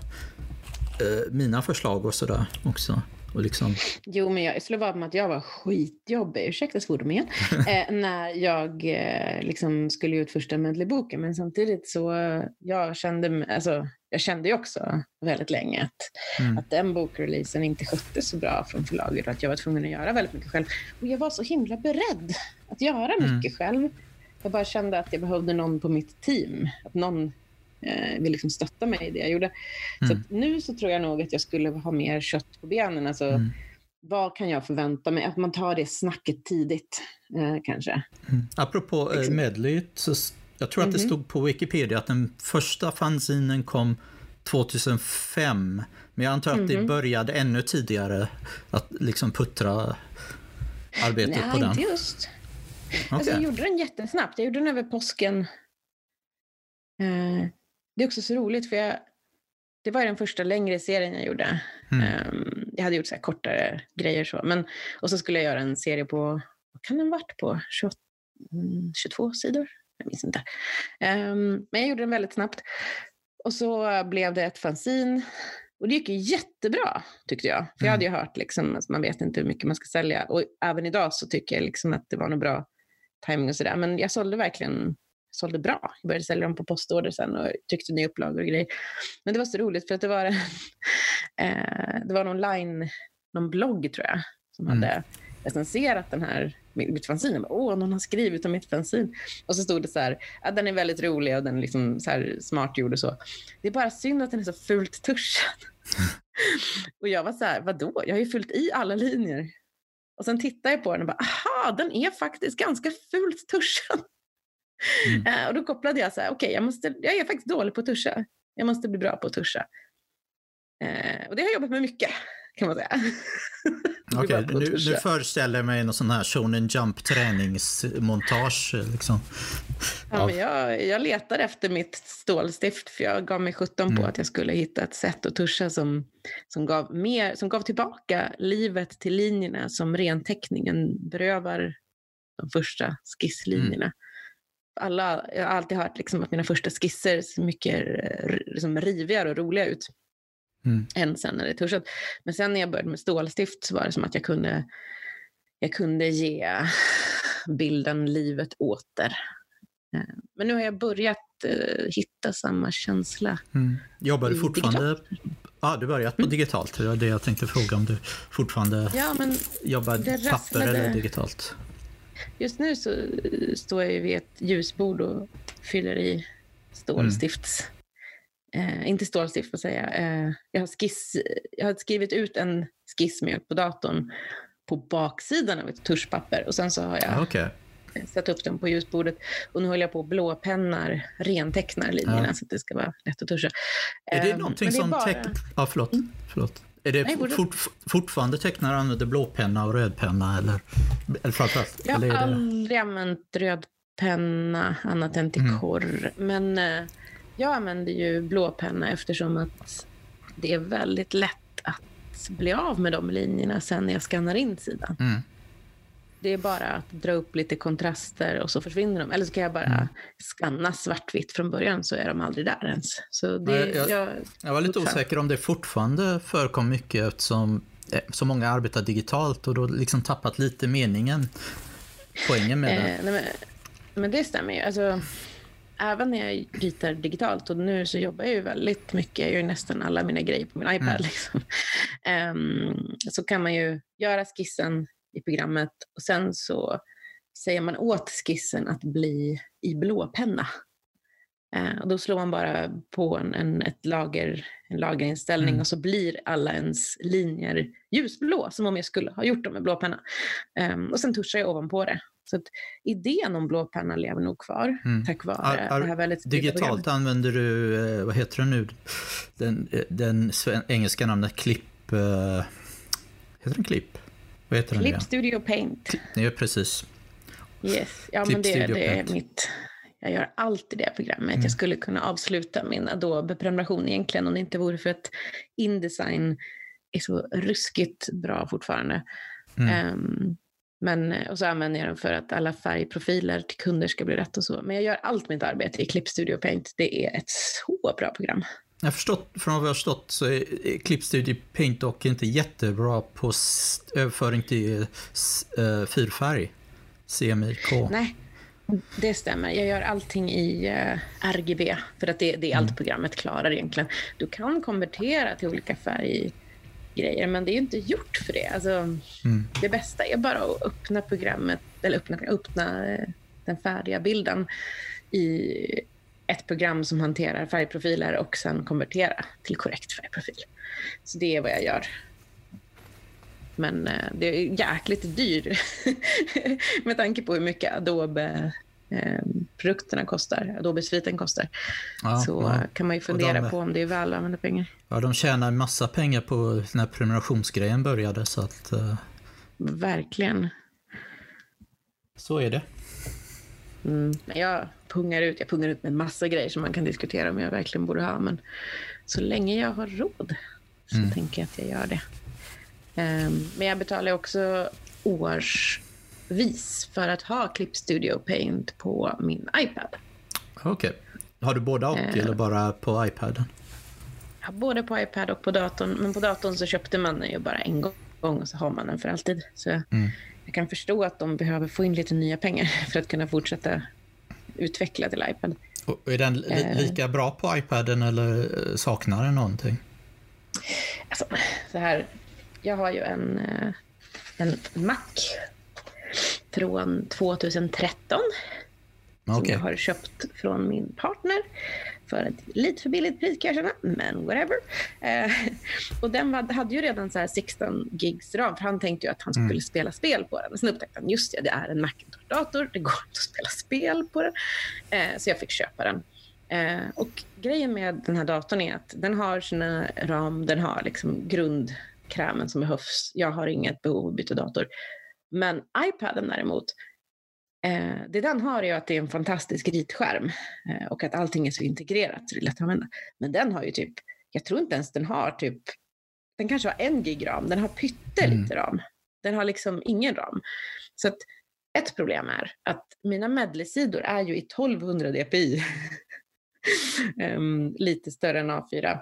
eh, mina förslag och sådär också. Och liksom... Jo, men jag skulle vara med att jag var skitjobbig, ursäkta svordomen, eh, när jag eh, liksom skulle ut första Medley-boken. Men samtidigt så jag kände, alltså, jag kände ju också väldigt länge att, mm. att den bokreleasen inte skötte så bra från förlaget och att jag var tvungen att göra väldigt mycket själv. Och jag var så himla beredd att göra mycket mm. själv. Jag bara kände att jag behövde någon på mitt team, att någon vill liksom stötta mig i det jag gjorde. Mm. Så att nu så tror jag nog att jag skulle ha mer kött på benen. Alltså, mm. vad kan jag förvänta mig? Att man tar det snacket tidigt, eh, kanske. Mm. Apropå eh, Medley, så jag tror att det stod på Wikipedia att den första fanzinen kom tjugohundrafem. Men jag antar att mm-hmm. det började ännu tidigare att liksom puttra arbetet Nej, på den. Nej, inte just. Okay. Alltså, jag gjorde den jättesnabbt. Jag gjorde den över påsken. Eh, Det är också så roligt för jag, det var den första längre serien jag gjorde. Mm. Um, jag hade gjort så här kortare grejer så. Men, och så skulle jag göra en serie på, vad kan den varit på? tjugoåtta, tjugotvå sidor? Jag minns inte. Um, men jag gjorde den väldigt snabbt. Och så blev det ett fanzine. Och det gick ju jättebra tyckte jag. För mm. jag hade ju hört liksom, alltså man vet inte hur mycket man ska sälja. Och även idag så tycker jag liksom att det var något bra timing och sådär. Men jag sålde verkligen sålde bra. Jag började sälja dem på postorder sen och tyckte nya upplagor och grejer. Men det var så roligt för att det var en, eh, det var någon line, någon blogg tror jag, som mm. hade recenserat den här mitt fanzine. Jag bara, åh, någon har skrivit om mitt fanzine. Och så stod det så här, att den är väldigt rolig och den är liksom så här smart gjord och så. Det är bara synd att den är så fult tuschad. Och jag var så här, vadå? Jag har ju fyllt i alla linjer. Och sen tittade jag på den och bara, aha, den är faktiskt ganska fult tuschad. Mm. Uh, och då kopplade jag så här, okej, okay, jag, måste, jag är faktiskt dålig på att tuscha. Jag måste bli bra på att tuscha. Uh, och det har jag jobbat med mycket, kan man säga. Okej, okay, nu, nu föreställer jag mig någon sån här Shonen Jump träningsmontage liksom. Ja, men jag, jag letar efter mitt stålstift, för jag gav mig sjutton mm. på att jag skulle hitta ett sätt att tuscha som, som, gav mer, som gav tillbaka livet till linjerna som renteckningen berövar de första skisslinjerna. Mm. Alla, jag har alltid hört liksom att mina första skisser ser mycket liksom rivigare och roliga ut. Mm. Än sen när det är tuschat. Men sen när jag började med stålstift så var det som att jag kunde jag kunde ge bilden livet åter. Men nu har jag börjat uh, hitta samma känsla. Mm. Jobbar du fortfarande? Ja, ah, du börjat på mm. digitalt. Det var det jag tänkte fråga, om du fortfarande ja, men jobbar papper eller digitalt. Just nu så står jag ju vid ett ljusbord och fyller i stålstifts mm. Eh, inte stålstift får säga. Eh, jag, har skiss, jag har skrivit ut en skiss med på datorn på baksidan av ett tuschpapper. Och sen så har jag okay. satt upp den på ljusbordet. Och nu håller jag på och blåpennar, rentecknar linjerna ja. Så att det ska vara lätt att tuscha. Är det eh, någonting det som bara... teck... Ja, förlåt. Mm. förlåt. Är det Nej, fort, fortfarande tecknare använder blåpenna och rödpenna? Eller, eller framförallt? Jag har eller är det... aldrig använt rödpenna annat än till mm. korr. Men... Eh, jag använder ju blåpenna eftersom att det är väldigt lätt att bli av med de linjerna sen när jag skannar in sidan. Mm. Det är bara att dra upp lite kontraster och så försvinner de. Eller så kan jag bara mm. skanna svartvitt från början så är de aldrig där ens. Så det, jag, jag, jag, jag var lite osäker om det fortfarande förekom mycket eftersom så många arbetar digitalt och då liksom tappat lite meningen, poängen med det. Eh, nej men, men det stämmer ju. Alltså... Även när jag ritar digitalt, och nu så jobbar jag ju väldigt mycket, jag gör ju nästan alla mina grejer på min iPad mm. liksom. um, så kan man ju göra skissen i programmet och sen så säger man åt skissen att bli i blåpenna. Uh, och då slår man bara på en, en, ett lager, en lagerinställning mm. och så blir alla ens linjer ljusblå som om jag skulle ha gjort dem med blåpenna. Um, och sen tuschar jag ovanpå det. Så att idén om blåpenna lever nog kvar mm. tack vare ar, ar, det här väldigt digitalt använder du, vad heter det nu, den, den engelska namnet Clip, uh, heter den Clip? Vad heter Clip den? Studio Paint. Ja, precis. Yes, ja Clip men det, det är mitt, jag gör allt i det programmet. Mm. Jag skulle kunna avsluta min Adobe-prenumeration egentligen om det inte vore för att InDesign är så ruskigt bra fortfarande. Mm. Um, Men, och så använder jag den för att alla färgprofiler till kunder ska bli rätt och så. Men jag gör allt mitt arbete i Clip Studio Paint. Det är ett så bra program. Jag har förstått, från vad jag har förstått så är Clip Studio Paint dock inte jättebra på överföring till uh, fyrfärg. C M Y K. Nej, det stämmer. Jag gör allting i uh, R G B. För att det, det är allt mm. programmet klarar egentligen. Du kan konvertera till olika färg grejer, men det är ju inte gjort för det. Alltså, mm. det bästa är bara att öppna programmet eller öppna, öppna den färdiga bilden i ett program som hanterar färgprofiler och sen konvertera till korrekt färgprofil. Så det är vad jag gör. Men det är jäkligt dyrt med tanke på hur mycket Adobe produkterna kostar, Adobe-sviten kostar. Ja, så ja. Kan man ju fundera de, på om det är väl använda pengar. Ja, de tjänar en massa pengar på när prenumerationsgrejen började. Så att, uh... Verkligen. Så är det. Mm, jag pungar ut, jag pungar ut med en massa grejer som man kan diskutera om jag verkligen borde ha. Men så länge jag har råd så mm. tänker jag att jag gör det. Um, men jag betalar också års vis för att ha Clip Studio Paint på min iPad. Okej. Okay. Har du båda och eh, eller bara på iPaden? Ja, både på iPad och på datorn. Men på datorn så köpte man den ju bara en gång och så har man den för alltid. Så mm. jag kan förstå att de behöver få in lite nya pengar för att kunna fortsätta utveckla till iPad. Och är den li- lika bra på iPaden eller saknar den någonting? Alltså, så här, jag har ju en, en Mac från tjugohundratretton Okay. som jag har köpt från min partner för ett lite för billigt pris kan jag känna, men whatever. Eh, och den var, hade ju redan så här sexton gigs ram, för han tänkte ju att han skulle mm. spela spel på den. Och sen upptäckte han, just det, det är en Macintosh-dator, det går inte att spela spel på den. Eh, så jag fick köpa den. Eh, och grejen med den här datorn är att den har sina ram, den har liksom grundkrämen som behövs. Jag har inget behov av att byta dator. Men iPaden däremot, Eh, det den har är ju att det är en fantastisk ritskärm eh, och att allting är så integrerat så det är lätt att använda. Men den har ju typ, jag tror inte ens den har typ, den kanske har en gig ram, den har pyttelite ram. Den har liksom ingen ram. Så att ett problem är att mina medley-sidor är ju i tolvhundra dpi. um, lite större än A fyra.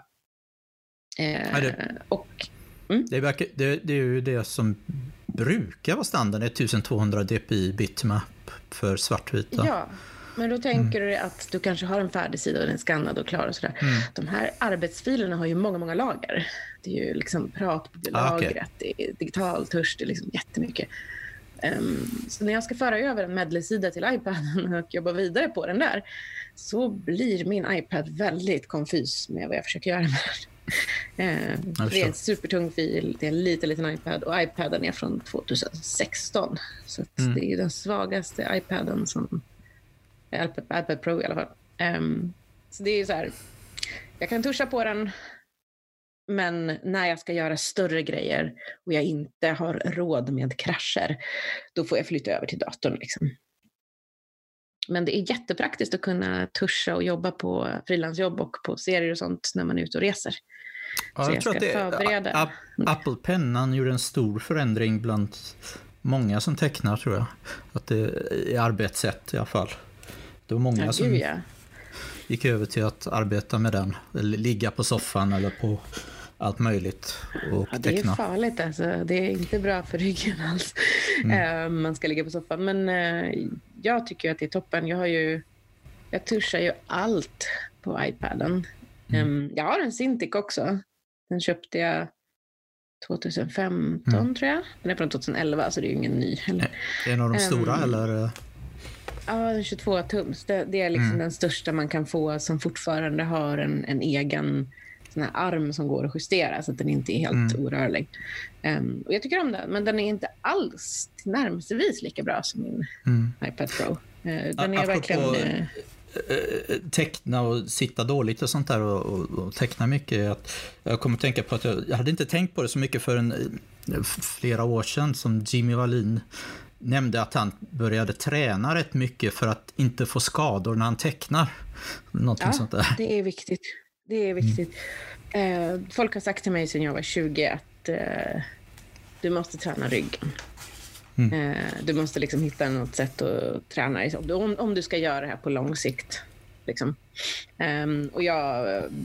Eh, det, och, mm. det, verkar, det, det är ju det som brukar vara standard, twelve hundred dpi bitmap för svartvita. Ja, men då tänker mm. du att du kanske har en färdig sida och den är skannad och klar och sådär. Mm. De här arbetsfilerna har ju många, många lager. Det är ju liksom prat på lagret, ah, okay. det är digital tusch, det är liksom jättemycket. Um, så när jag ska föra över en medley-sida till iPaden och jobba vidare på den där så blir min iPad väldigt konfys med vad jag försöker göra med den. Eh, det är en supertung fil, det är en liten liten iPad och iPaden är från tjugohundrasexton så att mm. det är ju den svagaste iPaden som iPad, iPad Pro i alla fall. Um, så det är ju så här, jag kan tuscha på den, men när jag ska göra större grejer och jag inte har råd med krascher, då får jag flytta över till datorn liksom. Men det är jättepraktiskt att kunna tuscha och jobba på frilansjobb och på serier och sånt när man är ute och reser. Ja, så jag, jag tror att det förbereda. A- Apple-pennan gjorde en stor förändring bland många som tecknar, tror jag. Att det är arbetssätt i alla fall. Det var många ja, som ja. gick över till att arbeta med den. Eller ligga på soffan eller på allt möjligt och ja, det teckna. är farligt alltså. Det är inte bra för ryggen alls. Mm. Uh, man ska ligga på soffan. Men uh, jag tycker att det är toppen. Jag har ju, jag tuschar ju allt på iPaden. Mm. Um, jag har en Cintiq också. Den köpte jag tjugohundrafemton mm. tror jag. Den är från tjugohundraelva så det är ju ingen ny. Eller? Är en av de um, stora eller? Ja, den tjugotvå tums. Det, det är liksom mm. den största man kan få som fortfarande har en, en egen sån här arm som går att justera så att den inte är helt mm. orörlig. Um, och jag tycker om den, men den är inte alls tillnärmelsevis lika bra som min mm. iPad Pro. Uh, den är Apropå verkligen... Uh, teckna och sitta dåligt och sånt där och, och, och teckna mycket. Att jag kommer att tänka på att jag, jag hade inte tänkt på det så mycket för en, flera år sedan som Jimmy Wallin nämnde att han började träna rätt mycket för att inte få skador när han tecknar. Någonting ja, sånt där. Det är viktigt. Det är viktigt. Mm. Eh, folk har sagt till mig sedan jag var tjugo att eh, du måste träna ryggen. Mm. Eh, du måste liksom hitta något sätt att träna dig. Om, om du ska göra det här på lång sikt. Liksom. Um, och jag...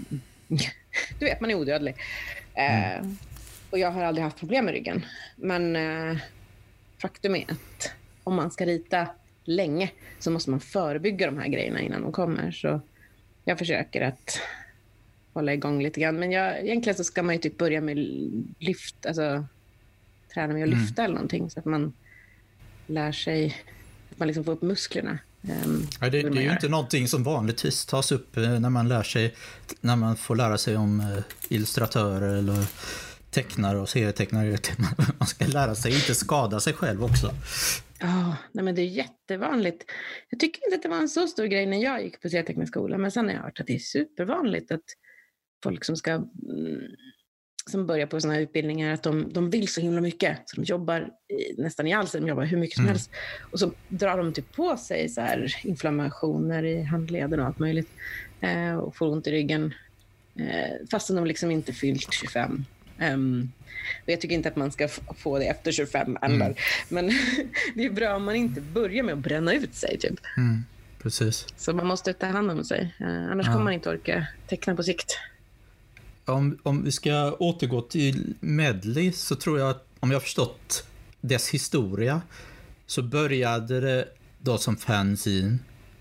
Du vet, man är odödlig. Eh, mm. Och jag har aldrig haft problem med ryggen. Men eh, faktum är att om man ska rita länge så måste man förebygga de här grejerna innan de kommer. Så jag försöker att hålla igång lite grann. Men jag, egentligen så ska man ju typ börja med lyft, alltså träna med att lyfta mm. eller någonting så att man lär sig, att man liksom får upp musklerna. Um, ja, det, det är ju inte någonting som vanligtvis tas upp när man lär sig, när man får lära sig om uh, illustratörer eller tecknare och serietecknare. Man ska lära sig inte skada sig själv också. Ja, oh, nej men det är jättevanligt. Jag tycker inte att det var en så stor grej när jag gick på serieteckningsskolan, men sen har jag hört att det är supervanligt att folk som ska mm, som börjar på såna här utbildningar att de, de vill så himla mycket så de jobbar i, nästan i allt, de jobbar hur mycket som mm. helst och så drar de typ på sig så här inflammationer i handleden och allt möjligt eh, och får ont i ryggen eh, fastän de liksom inte fyllt tjugofem. Um, och jag tycker inte att man ska f- få det efter tjugofem eller. Mm. Men det är bra om man inte börjar med att bränna ut sig typ. Mm, precis. Så man måste ta hand om sig. Uh, annars ja. kommer man inte orka teckna på sikt. Om, om vi ska återgå till medley så tror jag att om jag har förstått dess historia så började det då som fanzine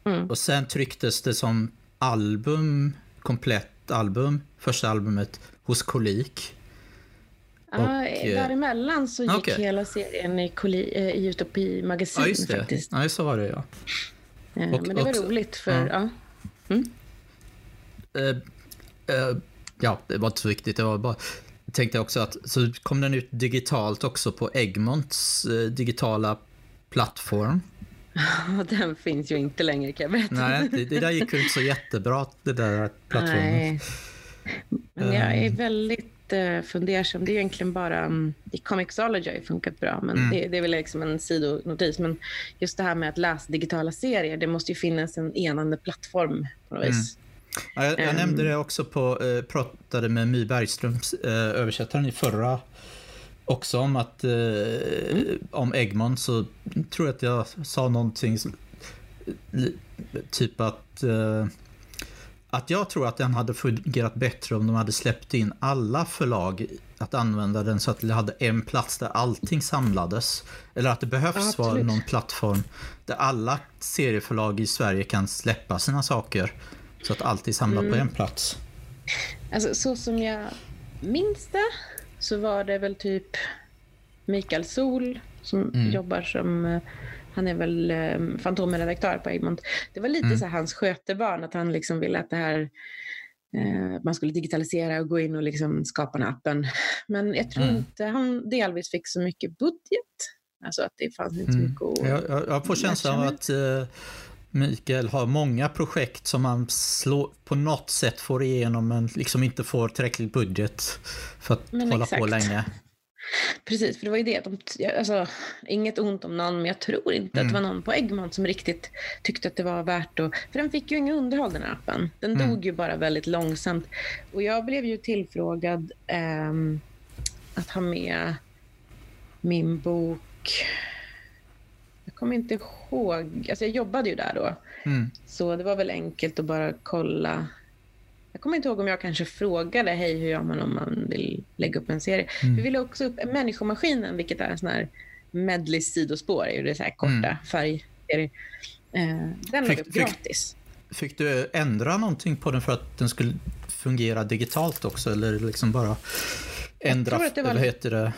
Mm. Och sen trycktes det som album, komplett album, första albumet hos Kolik. Ja, och, däremellan så gick okay. hela serien i, Koli, i Utopi magasin ja, just det. faktiskt. Ja, så var det, ja. ja och, men det var också, roligt för... Ja. Ja. Mm. Uh, uh, ja, det var inte så viktigt. Det var bara... Jag tänkte också att så kom den ut digitalt också på Egmonts uh, digitala plattform. Den finns ju inte längre, kan jag berätta. Nej, det, det där gick ju inte så jättebra, det där plattformen. Nej. Men jag är väldigt uh, fundersam. Det är egentligen bara... Um, i Comixology har ju funkat bra, men mm. det, det är väl liksom en sidonotis. Men just det här med att läsa digitala serier, det måste ju finnas en enande plattform på något vis. Mm. Ja, jag, jag um, nämnde det också på, eh, pratade med My Bergströms eh, översättaren i förra också om att eh, mm. om Egmont, så tror jag att jag sa någonting som, typ att eh, att jag tror att den hade fungerat bättre om de hade släppt in alla förlag att använda den så att det hade en plats där allting samlades, eller att det behövs ja, vara någon plattform där alla serieförlag i Sverige kan släppa sina saker så att allt är samlat mm. på en plats. Alltså så som jag minns det så var det väl typ Mikael Sol som mm. jobbar som, han är väl um, fantomredaktör på Egmont. Det var lite mm. så här hans skötebarn, att han liksom ville att det här uh, man skulle digitalisera och gå in och liksom skapa den appen. Men jag tror mm. inte han delvis fick så mycket budget. Alltså att det fanns inte så mycket mm. att... Jag, jag, jag får känslan av att uh, Mikael har många projekt som man slår, på något sätt får igenom, men liksom inte får tillräcklig budget för att men hålla exakt. på länge. Precis, för det var ju det. De, alltså, inget ont om någon, men jag tror inte mm. att det var någon på Egmont som riktigt tyckte att det var värt att... För den fick ju ingen underhåll, den här appen. Den mm. dog ju bara väldigt långsamt. Och jag blev ju tillfrågad ähm, att ha med min bok... Jag kommer inte ihåg... Alltså jag jobbade ju där då. Mm. Så det var väl enkelt att bara kolla... Jag kommer inte ihåg om jag kanske frågade hej, hur gör man om man vill lägga upp en serie. Mm. Vi ville också upp Människomaskinen, vilket är en sån här medley sidospår. Det är så här korta mm. färgserier. Eh, den fick, upp gratis. Fick, fick du ändra någonting på den för att den skulle fungera digitalt också? Eller liksom bara ändra, vad var... heter det,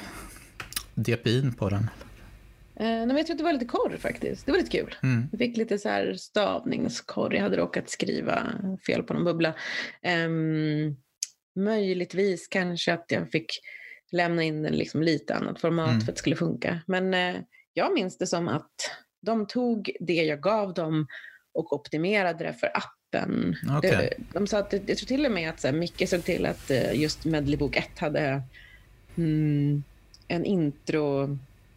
D P I på den? Uh, nej, men jag tror att det var lite korr faktiskt. Det var lite kul. Mm. Jag fick lite så här stavningskorr. Jag hade råkat skriva fel på någon bubbla. Um, möjligtvis kanske att jag fick lämna in en liksom lite annat format mm. för att det skulle funka. Men uh, jag minns det som att de tog det jag gav dem och optimerade det för appen. Okay. Det, de sa att, jag tror till och med att så här, Micke såg till att uh, just Medleybok ett hade mm, en intro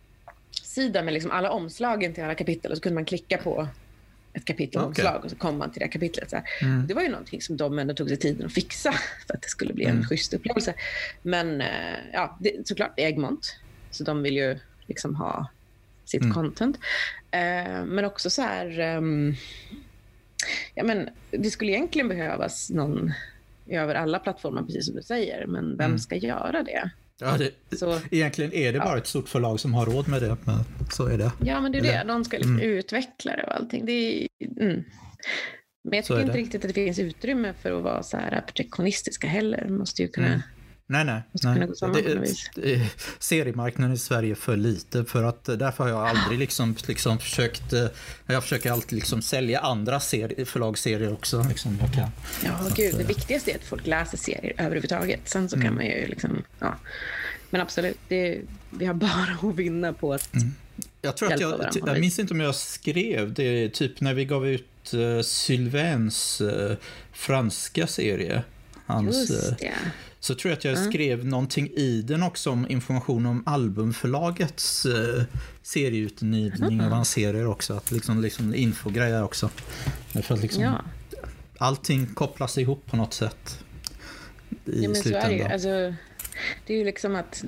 sida med liksom alla omslagen till alla kapitel, och så kunde man klicka på ett kapitelomslag okay. och så kom man till det kapitlet. Så mm. det var ju någonting som de ändå tog sig tiden att fixa för att det skulle bli en mm. schysst upplevelse. Men ja, det, såklart det är Egmont, så de vill ju liksom ha sitt mm. content. Eh, men också så här um, ja, men det skulle egentligen behövas någon över alla plattformar, precis som du säger, men vem mm. ska göra det? Ja, det, så, egentligen är det bara ja. ett stort förlag som har råd med det, men så är det. Ja, men det är Eller, det. De ska liksom mm. utveckla det och allting. Det är, mm. Men jag tycker inte det. riktigt att det finns utrymme för att vara så här protektionistiska heller. Man måste ju kunna... Mm. Nej, nej. nej. Kunna gå samman det, på det, det, seriemarknaden i Sverige är för lite, för att därför har jag aldrig liksom, liksom försökt... Jag försöker alltid liksom sälja andra serier, förlagsserier också. Liksom jag kan. Ja, så gud. Att, det viktigaste är att folk läser serier överhuvudtaget. Sen så mm. kan man ju liksom... Ja. Men absolut, det, vi har bara att vinna på att mm. Jag tror att jag, jag minns inte om jag skrev det typ när vi gav ut uh, Sylvains uh, franska serie. Hans, Just det. Uh, så tror jag att jag mm. skrev någonting i den också om information om albumförlagets uh, serieutgivning mm. av hans serier också. Att liksom, liksom infogrejer också. För att liksom, ja. allting kopplas ihop på något sätt i ja, men slutändan. Så är det ju. Alltså, det är ju liksom att...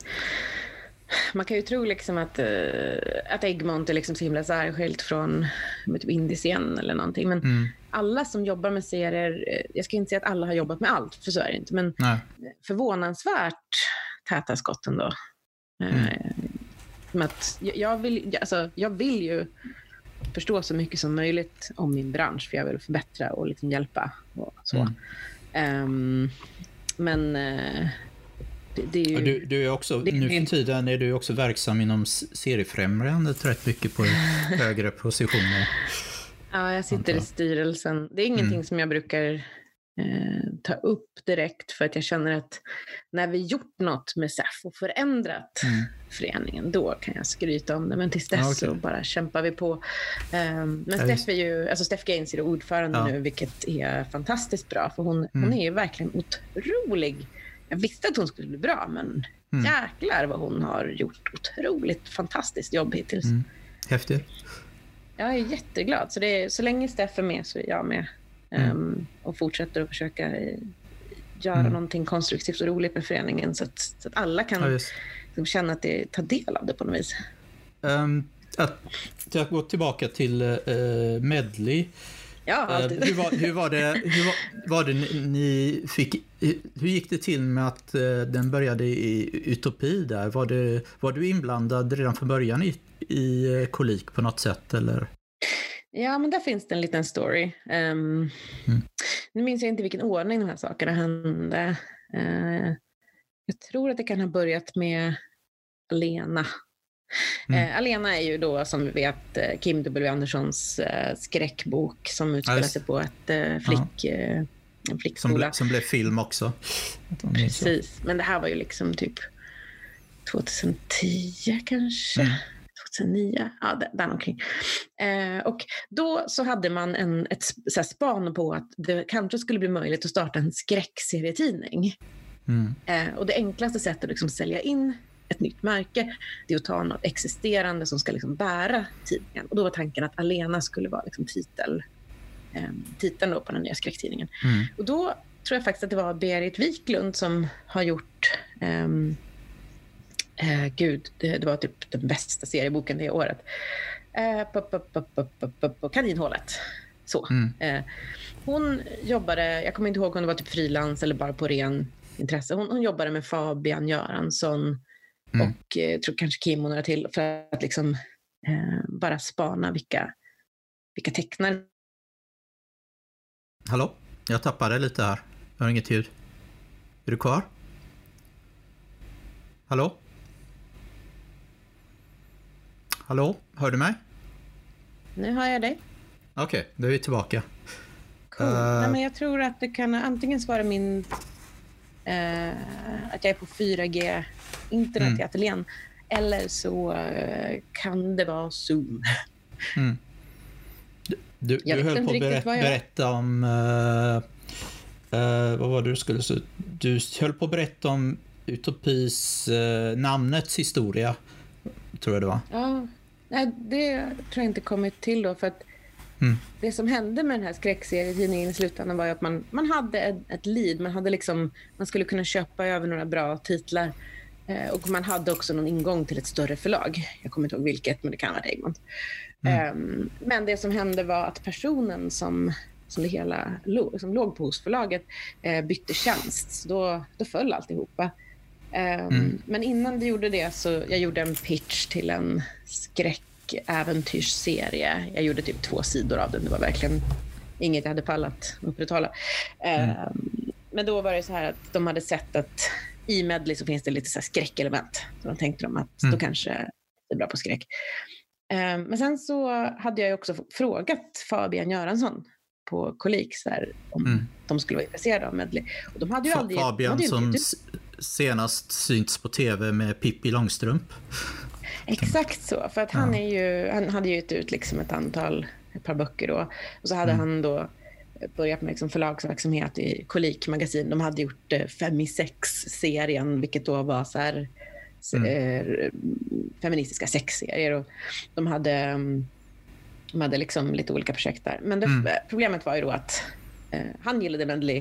Man kan ju tro liksom att, uh, att Egmont är liksom så himla särskilt från typ Indien eller någonting. Men mm. alla som jobbar med serier, jag ska inte säga att alla har jobbat med allt, för så är det inte. Men Nej. förvånansvärt täta skott ändå. Mm. Uh, att jag, vill, alltså, jag vill ju förstå så mycket som möjligt om min bransch, för jag vill förbättra och liksom hjälpa och så. Mm. Um, men uh, det, det är ju... Du, du är också, det, nu för tiden är du också verksam inom seriefrämjandet rätt mycket på högre positioner. Ja, jag sitter i styrelsen. Det är ingenting mm. som jag brukar eh, ta upp direkt, för att jag känner att när vi gjort något med S E F och förändrat mm. föreningen, då kan jag skryta om det. Men tills dess ah, okay. så bara kämpar vi på. Eh, men ja, Steff är ju, alltså Steff Gaines är ordförande ja. nu, vilket är fantastiskt bra, för hon, mm. hon är ju verkligen otrolig. Jag visste att hon skulle bli bra, men mm. jäklar vad hon har gjort otroligt fantastiskt jobb hittills. Mm. Häftigt. Jag är jätteglad. Så, det är, så länge Steff är med så är jag med. Mm. Um, och fortsätter att försöka göra mm. någonting konstruktivt och roligt med föreningen, så att, så att alla kan ja, liksom känna att de tar del av det på något vis. Um, att jag går tillbaka till uh, Medley. Ja, alltid. Uh, hur, var, hur var det, hur var, var det ni fick, hur gick det till med att uh, den började i Utopi där? Var, det, var du inblandad redan från början i, i uh, Kolik på något sätt, eller? Ja, men där finns det en liten story. Um, mm. Nu minns jag inte vilken ordning de här sakerna hände. Uh, jag tror att det kan ha börjat med Alena. Mm. Uh, Alena är ju då, som vi vet, uh, Kim W. Anderssons uh, skräckbok som utspelar sig på ett uh, flick, uh, en flickskola. Som, ble, som blev film också. Precis, men det här var ju liksom typ tjugohundratio kanske. Mm. tjugohundranio, ja, där, där omkring. Eh, och då så hade man en, ett så här, span på att det kanske skulle bli möjligt att starta en skräckserietidning. Mm. Eh, och det enklaste sättet att liksom sälja in ett nytt märke, det är att ta något existerande som ska liksom bära tidningen. Och då var tanken att Alena skulle vara liksom titel, eh, titeln då på den nya skräcktidningen. Mm. Och då tror jag faktiskt att det var Berit Wiklund som har gjort... Eh, Eh, gud, det, det var typ den bästa serieboken det året. Eh, pop, pop, pop, pop, pop, pop, pop, Kaninhålet. Så. Mm. Eh, hon jobbade, jag kommer inte ihåg om det var typ frilans eller bara på ren intresse. Hon, hon jobbade med Fabian Göransson mm. och eh, tror kanske Kim och några till, för att liksom eh, bara spana vilka, vilka tecknare. Hallå? Jag tappade lite här. Jag har inget ljud. Är du kvar? Hallå? Hallå, hör du mig? Nu hör jag dig. Okej, okay, då är vi tillbaka. Cool. Uh, Nej, men jag tror att det kan antingen svara min... Uh, att jag är på fyra G internet mm. i ateljén. Eller så uh, kan det vara Zoom. Mm. Du, du, du höll på att berätta, berätta om... Uh, uh, vad var det du skulle säga? Du höll på att berätta om Utopis uh, namnets historia. Tror jag det var. Ja, nej, det tror jag inte kommit till då, för att mm. det som hände med den här skräckserietidningen i slutändan var ju att man, man hade ett, ett lead, man hade liksom, man skulle kunna köpa över några bra titlar eh, och man hade också någon ingång till ett större förlag. Jag kommer inte ihåg vilket, men det kan vara Egmont. Mm. Um, men det som hände var att personen som, som det hela låg, som låg på hos förlaget eh, bytte tjänst, så då, då föll alltihopa. Um, mm. Men innan det gjorde det så jag gjorde en pitch till en skräckäventyrsserie. Jag gjorde typ två sidor av den. Det var verkligen inget jag hade pallat upprätthålla. Mm. Um, men då var det så här att de hade sett att i Medley så finns det lite så här skräckelement. Så de tänkte de att mm. då kanske det är bra på skräck. Um, men sen så hade jag också frågat Fabian Göransson på Kolik så här, om mm. de skulle vara intresserade av Medley. Och de hade ju aldrig... Fabian hade ju som s- senast synts på tv med Pippi Långstrump. Exakt så, för att han, är ju, han hade ju gett ut liksom ett antal, ett par böcker då. Och så hade mm. han då börjat med liksom förlagsverksamhet i Kolik magasin. De hade gjort eh, Femisex-serien, vilket då var så här mm. eh, feministiska sexserier. Och de hade... De hade liksom lite olika projekt där. Men det, mm. problemet var ju då att eh, han gillade Medley,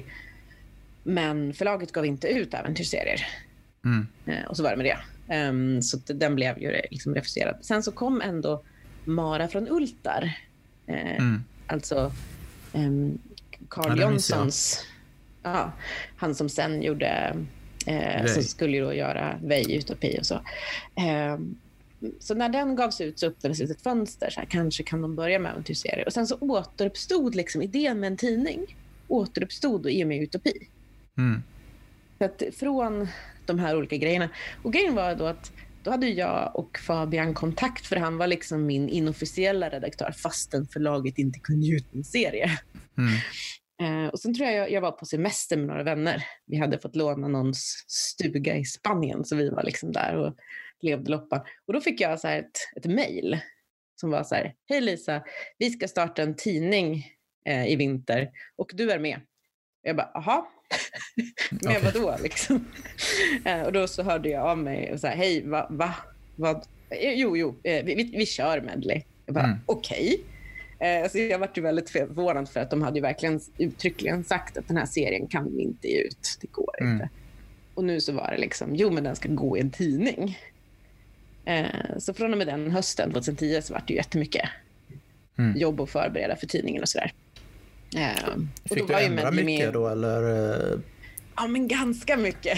men förlaget gav inte ut äventyrsserier. Mm. Eh, och så var det med det. Um, så att den blev ju liksom refuserad. Sen så kom ändå Mara från Ultar. Eh, mm. Alltså um, Carl ja, Jonssons... Ja, han som sen gjorde... Eh, som skulle ju då göra Vej, Utopi och så. Eh, så när den gavs ut så öppnades ett fönster. Så här, kanske kan de börja med äventyrsserier. Och sen så återuppstod liksom idén med en tidning. Återuppstod i och med Utopi. Mm. Så att från de här olika grejerna. Och grejen var då att då hade jag och Fabian kontakt, för han var liksom min inofficiella redaktör fastän förlaget inte kunde ge ut en serie. Mm. Eh, och sen tror jag jag var på semester med några vänner. Vi hade fått låna någons stuga i Spanien, så vi var liksom där och levde loppan. Och då fick jag så här ett, ett mejl som var så här: hej Lisa, vi ska starta en tidning eh, i vinter och du är med. Och jag bara, aha. Men Okay. vadå liksom? eh, och då så hörde jag av mig och sa, hej, va, va, vad? Jo, jo, eh, vi, vi, vi kör medley. Jag bara, Mm. okej. Okay. Eh, så jag var ju väldigt förvånad, för att de hade ju verkligen uttryckligen sagt att den här serien kan vi inte ge ut. Det går Mm. inte. Och nu så var det liksom, jo men den ska gå i en tidning. Eh, så från och med den hösten tjugohundratio så var det ju jättemycket Mm. jobb att förbereda för tidningen och sådär. Eh, och Fick då du var ju ändra Medley mycket med... då, eller? Ja, men ganska mycket.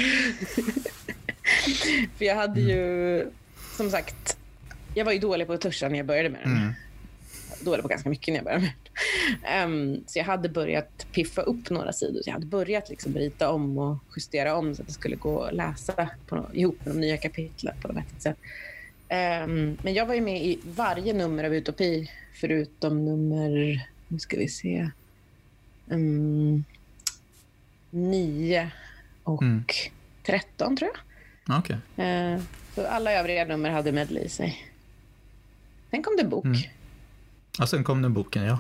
För jag hade ju, som sagt, jag var ju dålig på att tuscha när jag började med den. Mm. Dålig på ganska mycket när jag började med den. Um, så jag hade börjat piffa upp några sidor. Så jag hade börjat liksom bryta om och justera om så att det skulle gå att läsa på no- ihop med de nya kapitlen på något vettigt sätt. Um, men jag var ju med i varje nummer av Utopi förutom nummer, nu ska vi se, um, nio och Mm. tretton tror jag. Okej. Uh, så alla övriga nummer hade medley i sig. Sen kom det bok. Mm. Ja, sen kom den boken, ja.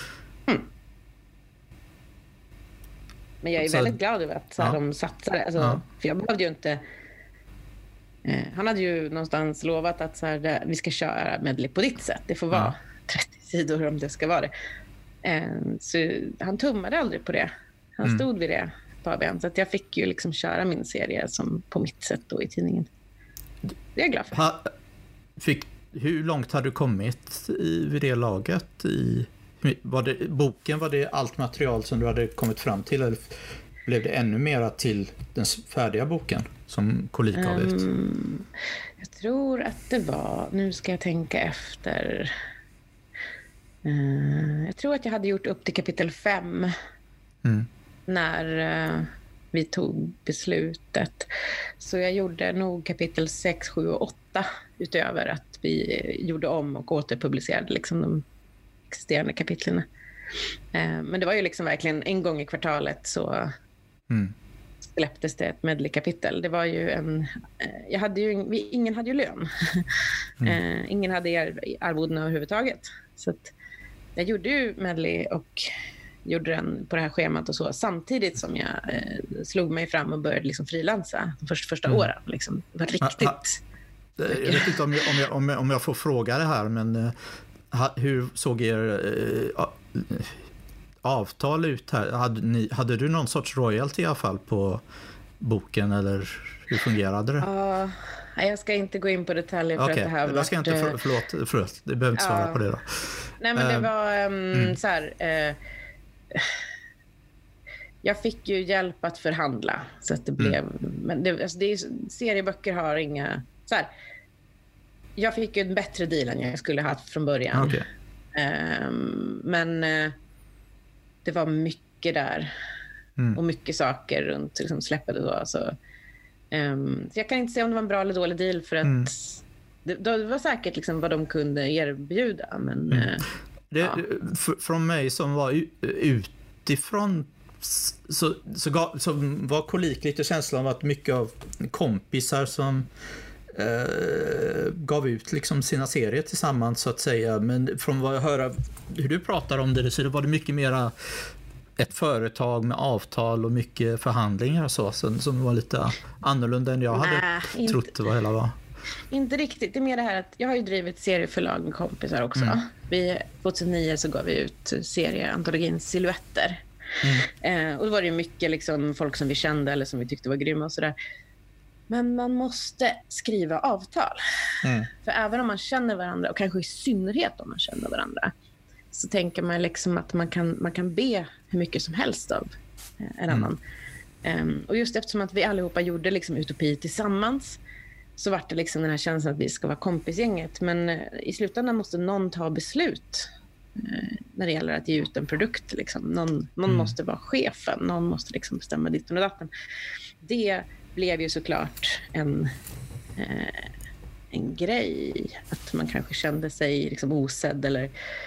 Men jag är Så- väldigt glad över att så här, Ja. de satsade. Alltså, Ja. För jag behövde ju inte... Eh, han hade ju någonstans lovat att så här, det, vi ska köra medley på ditt sätt. Det får vara Ja. trettio sidor om det ska vara det. Eh, så han tummade aldrig på det. Han Mm. stod vid det, Fabian. Så att jag fick ju liksom köra min serie som på mitt sätt då i tidningen. Det är jag glad för. Ha, fick, hur långt hade du kommit i, vid det laget? I, var det, boken, var det allt material som du hade kommit fram till, eller blev det ännu mera till den färdiga boken som Kolik gav ut? Um, jag tror att det var... Nu ska jag tänka efter... Uh, jag tror att jag hade gjort upp till kapitel fem Mm. när uh, vi tog beslutet. Så jag gjorde nog kapitel sex, sju och åtta utöver att vi gjorde om och återpublicerade liksom de existerande kapitlen. Uh, men det var ju liksom verkligen en gång i kvartalet så Mm. släpptes det ett medley-kapitel. Det var ju en... Eh, jag hade ju, vi, ingen hade ju lön. Mm. eh, ingen hade ar, arvoden överhuvudtaget. Så att jag gjorde ju medley och gjorde den på det här schemat och så. Samtidigt som jag eh, slog mig fram och började liksom frilansa de första, första Mm. åren. Liksom. Det var riktigt... Ha, ha. Jag vet inte om jag, om jag, om jag, om jag får fråga det här, men uh, ha, hur såg er uh, avtal ut här? Hade, ni, hade du någon sorts royalty i alla fall på boken, eller hur fungerade det? Ja, nej, jag ska inte gå in på detaljer för Okej, att det här jag ska vart, inte, eh, för, förlåt, förlåt, det behöver inte svara Ja. på det då. Nej, men det Ehm, var um, mm. så här... Eh, jag fick ju hjälp att förhandla så att det blev... Men det, alltså det är, serieböcker har inga... Så här, jag fick ju en bättre deal än jag skulle ha haft från början. Okej. Ehm, men eh, det var mycket där. Mm. Och mycket saker runt liksom, släppet och så. Alltså, ehm, så jag kan inte säga om det var en bra eller dålig deal, för att Mm. det, det var säkert liksom vad de kunde erbjuda. Men, Mm. eh, Det, Ja. f- från mig som var u- utifrån s- så, så, gav, så var Kolik lite känslan av att mycket av kompisar som eh, gav ut liksom sina serier tillsammans, så att säga. Men från vad jag hör hur du pratar om det, så det var det mycket mera ett företag med avtal och mycket förhandlingar och så, som, som var lite annorlunda än jag hade Nej, inte- trott det var hela var. Inte riktigt. Det är mer det här att jag har ju drivit serieförlag med kompisar också. Mm. Vi, tjugohundranio så gav vi ut serieantologin Silhouetter. Mm. Eh, och då var det ju mycket liksom folk som vi kände eller som vi tyckte var grymma och sådär. Men man måste skriva avtal. Mm. För även om man känner varandra, och kanske i synnerhet om man känner varandra, så tänker man liksom att man kan, man kan be hur mycket som helst av eh, en Mm. annan. Um, och just eftersom att vi allihopa gjorde liksom Utopi tillsammans, så vart det liksom den här känslan att vi ska vara kompisgänget. Men i slutändan måste någon ta beslut när det gäller att ge ut en produkt. Liksom. Någon, någon mm. måste vara chefen, någon måste liksom bestämma ditt och datten. Det blev ju såklart en, eh, en grej. Att man kanske kände sig liksom osedd eller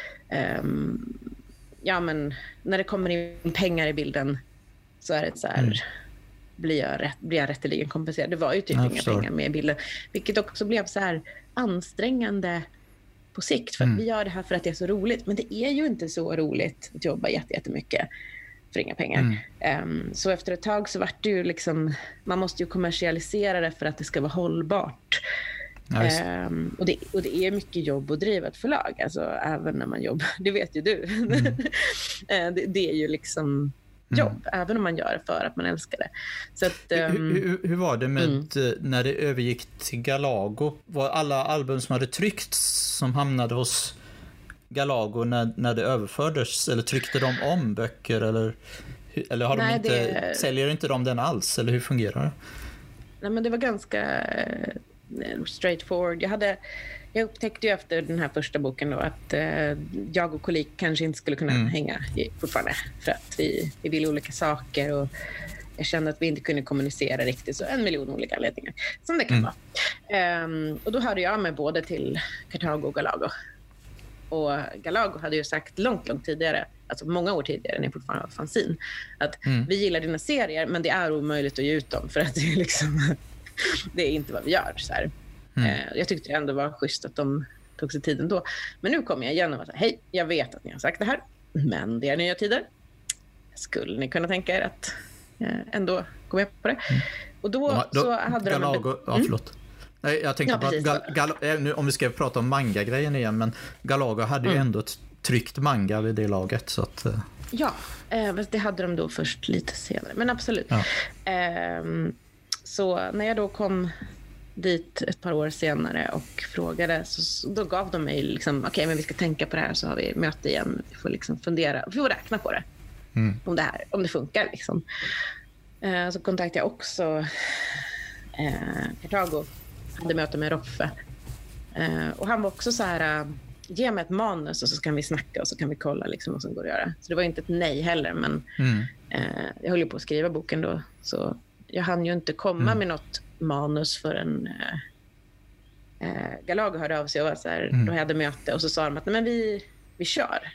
um, ja, men när det kommer in pengar i bilden så är det så här, mm. blir, jag rätt, blir jag rätteligen kompenserad. Det var ju typ jag inga förstår. pengar med i bilden. Vilket också blev så här ansträngande på sikt. För mm. att vi gör det här för att det är så roligt. Men det är ju inte så roligt att jobba jättemycket för inga pengar. Mm. Um, så efter ett tag så vart det ju liksom, man måste ju kommersialisera det för att det ska vara hållbart. Ja, um, och, det, och det är mycket jobb att driva ett förlag, alltså även när man jobbar, det vet ju du. Mm. det, det är ju liksom jobb, mm. även om man gör det för att man älskar det. Så att, um, hur, hur, hur var det med mm. när det övergick till Galago? Var alla album som hade tryckts som hamnade hos Galago när, när det överfördes, eller tryckte de om böcker eller, eller har Nej, de inte, det... säljer inte de den alls, eller hur fungerar det? Nej, men det var ganska straightforward. Jag, hade, jag upptäckte ju efter den här första boken då att eh, jag och Kolik kanske inte skulle kunna mm. hänga i, fortfarande, för att vi, vi vill olika saker och jag kände att vi inte kunde kommunicera riktigt, så en miljon olika anledningar som det kan mm. vara. Um, och då hörde jag mig både till Kartago och Galago. Och Galago hade ju sagt långt, långt tidigare, alltså många år tidigare när jag fortfarande var fanzin, att mm. vi gillar dina serier men det är omöjligt att ge ut dem för att det är liksom det är inte vad vi gör så här. Mm. Eh, jag tyckte det ändå var schysst att de tog sig tiden då. Men nu kommer jag igen och säger, hej, jag vet att ni har sagt det här, men det är nya tider. Skulle ni kunna tänka er att eh, ändå gå med på det? Mm. Och då, ja, då så hade Galago, de... Mm? Ja, förlåt. Nej, jag tänkte ja, på att Gal, Gal, nu, om vi ska prata om manga-grejen igen, men Galago hade mm. ju ändå ett tryckt manga vid det laget. Så att, eh. Ja, eh, det hade de då först lite senare, men absolut. Ja. Eh, så när jag då kom dit ett par år senare och frågade, så då gav de mig liksom, okej, okay, men vi ska tänka på det här, så har vi möte igen, vi får liksom fundera, vi får räkna på det. Mm. Om det här, om det funkar liksom. Eh, så kontaktade jag också eh, Kartago, hade möte med Roffe. Eh, och han var också så här, uh, ge mig ett manus och så kan vi snacka och så kan vi kolla liksom vad som går att göra. Så det var inte ett nej heller, men mm. eh, jag höll ju på att skriva boken då, så jag hann ju inte komma mm. med något manus förrän eh, eh, Galago hörde av sig och var så här, mm. då hade möte och så sa de att nej, men vi, vi kör.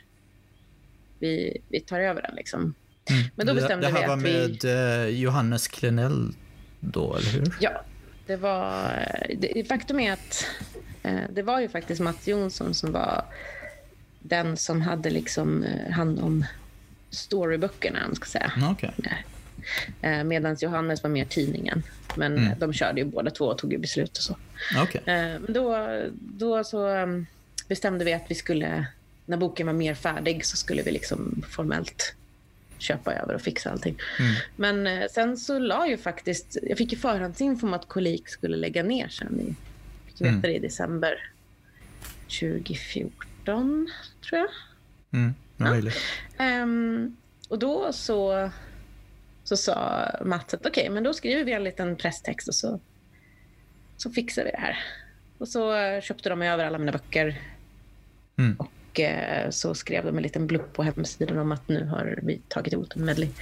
Vi, vi tar över den liksom. Mm. Men då bestämde det, det här vi att var med vi... Johannes Klenell då, eller hur? Ja, det var... Det, faktum är att eh, det var ju faktiskt Mats Jonsson som var den som hade liksom eh, hand om storyböckerna, man ska säga. Okay. Eh, Medan Johannes var mer tidningen. Men mm. de körde ju båda två och tog ju beslut och så. Okay. Eh, men då, då så um, bestämde vi att vi skulle, när boken var mer färdig, så skulle vi liksom formellt köpa över och fixa allting. Mm. Men eh, sen så la ju faktiskt, jag fick ju förhandsinfo om att Kolik skulle lägga ner sen i, fick mm. veta det i december tjugo fjorton, tror jag. Mm. Ja. Um, och då så så sa Mats att okej, okay, men då skriver vi en liten presstext och så så fixar vi det här. Och så köpte de över alla mina böcker. Mm. Och eh, så skrev de en liten blupp på hemsidan om att nu har vi tagit emot en medley.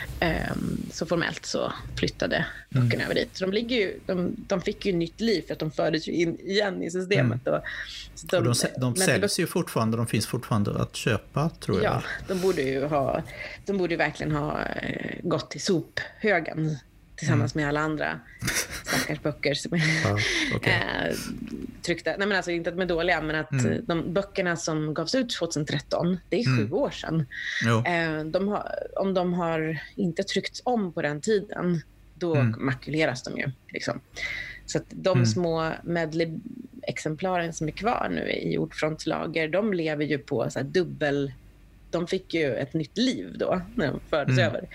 Um, så formellt så flyttade böckerna mm. över dit. Så de, ligger ju, de, de fick ju nytt liv för att de fördes ju in igen i systemet. Mm. Och, så de, och de, de säljs ju fortfarande, de finns fortfarande att köpa, tror jag. Ja, de borde ju ha, de borde ju verkligen ha eh, gått till sophögen tillsammans mm. med alla andra stackars böcker som är ja, okay. äh, tryckta. Nej, men alltså inte att de är dåliga, men att mm. de böckerna som gavs ut tjugohundratretton, det är sju mm. år sedan. Äh, de har, om de har inte tryckts om på den tiden, då mm. makuleras de ju. Liksom. Så att de mm. små medley-exemplaren som är kvar nu i Ordfrontlager, de lever ju på så här dubbel... De fick ju ett nytt liv då, när de fördes mm. över.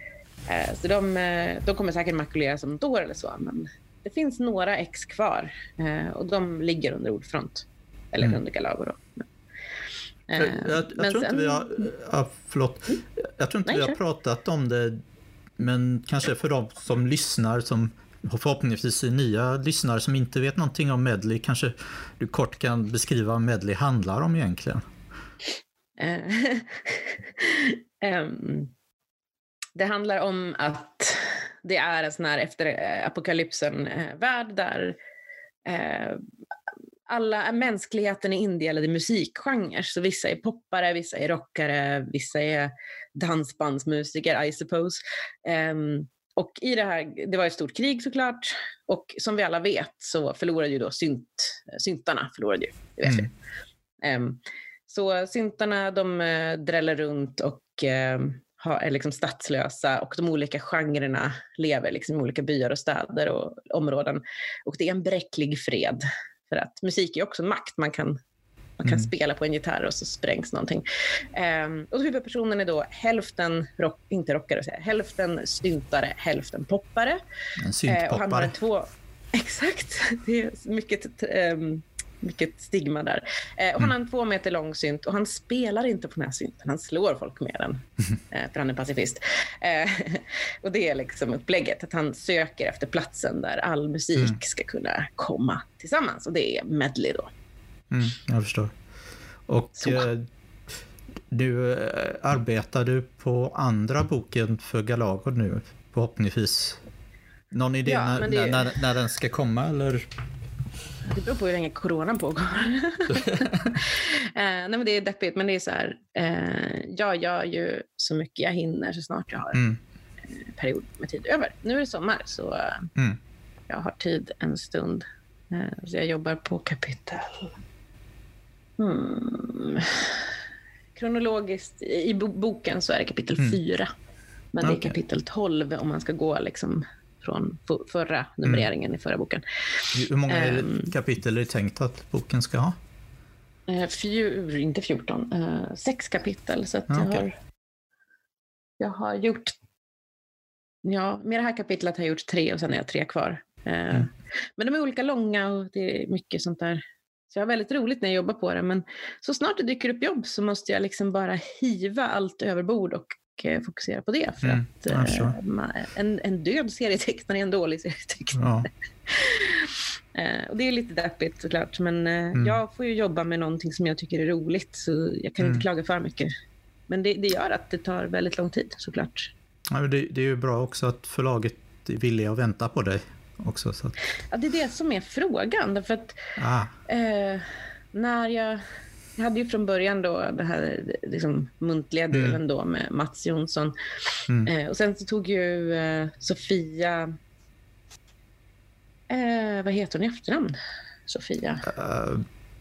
Så de, de kommer säkert makuleras om ett år eller så, men det finns några ex kvar och de ligger under Ordfront eller mm. under Galago då. Jag, jag, jag tror sen... inte vi har ja, förlåt. Jag tror inte Nej, vi har pratat om det, men kanske för de som lyssnar som förhoppningsvis nya lyssnare som inte vet någonting om medley, kanske du kort kan beskriva vad medley handlar om egentligen? um, det handlar om att det är en sån här efter apokalypsen eh, värld där eh, alla mänskligheten är indelade i musikgenrer. Så vissa är poppare, vissa är rockare, vissa är dansbandsmusiker, I suppose. Um, och i det här, det var ett stort krig såklart. Och som vi alla vet så förlorade ju då synt, syntarna, förlorade ju, det vet vi. Mm. Um, så syntarna, de uh, dräller runt och uh, har, är liksom statslösa, och de olika genrerna lever liksom i olika byar och städer och områden. Och det är en bräcklig fred. För att musik är också makt. Man kan, man kan mm. spela på en gitarr och så sprängs någonting. Um, och huvudpersonen är då hälften, rock, inte rockare, säga, hälften syntare, hälften poppare. En syntpoppare. Uh, och han har två... Exakt. Det är mycket, um, mycket stigma där. Uh, och han har en två meter lång synt och han spelar inte på den här synten. Han slår folk med den. Uh, för han är pacifist. Uh, och det är liksom upplägget. Att han söker efter platsen där all musik mm. ska kunna komma tillsammans. Och det är medley då. Mm, jag förstår. Och eh, du eh, arbetar du på andra boken för Galago nu, förhoppningsvis. Någon idé ja, när, det... när, när den ska komma, eller? Det beror på hur länge coronan pågår. eh, nej men det är deppigt, men det är så här, eh, jag gör ju så mycket jag hinner så snart jag har mm. en period med tid över. Nu är det sommar, så eh, mm. jag har tid en stund. Eh, så jag jobbar på kapitel. Hmm. Kronologiskt, i boken så är det kapitel mm. fyra. Men okay. det är kapitel tolv om man ska gå liksom från förra numreringen mm. i förra boken. Hur många um, kapitel är det tänkt att boken ska ha? Uh, fjur, inte fjorton. Uh, sex kapitel. Så att okay. jag, har, jag har gjort... Ja, med det här kapitlet har jag gjort tre och sen är jag tre kvar. Uh, mm. Men de är olika långa och det är mycket sånt där. Så jag har väldigt roligt när jag jobbar på det. Men så snart det dyker upp jobb så måste jag liksom bara hiva allt över bord och fokusera på det. För mm, att uh, en, en död serietecknare är en dålig serietecknare. Ja. uh, och det är lite deppigt såklart. Men uh, mm. jag får ju jobba med någonting som jag tycker är roligt. Så jag kan mm. inte klaga för mycket. Men det, det gör att det tar väldigt lång tid såklart. Ja, det, det är ju bra också att förlaget är villiga att vänta på dig också. Så att... Ja, det är det som är frågan. För att ah. uh, när jag... Jag hade ju från början då det här liksom muntliga delen mm. då med Mats Jonsson. Mm. Eh, och sen så tog ju eh, Sofia... Eh, vad heter hon i efternamn? Sofia. Uh.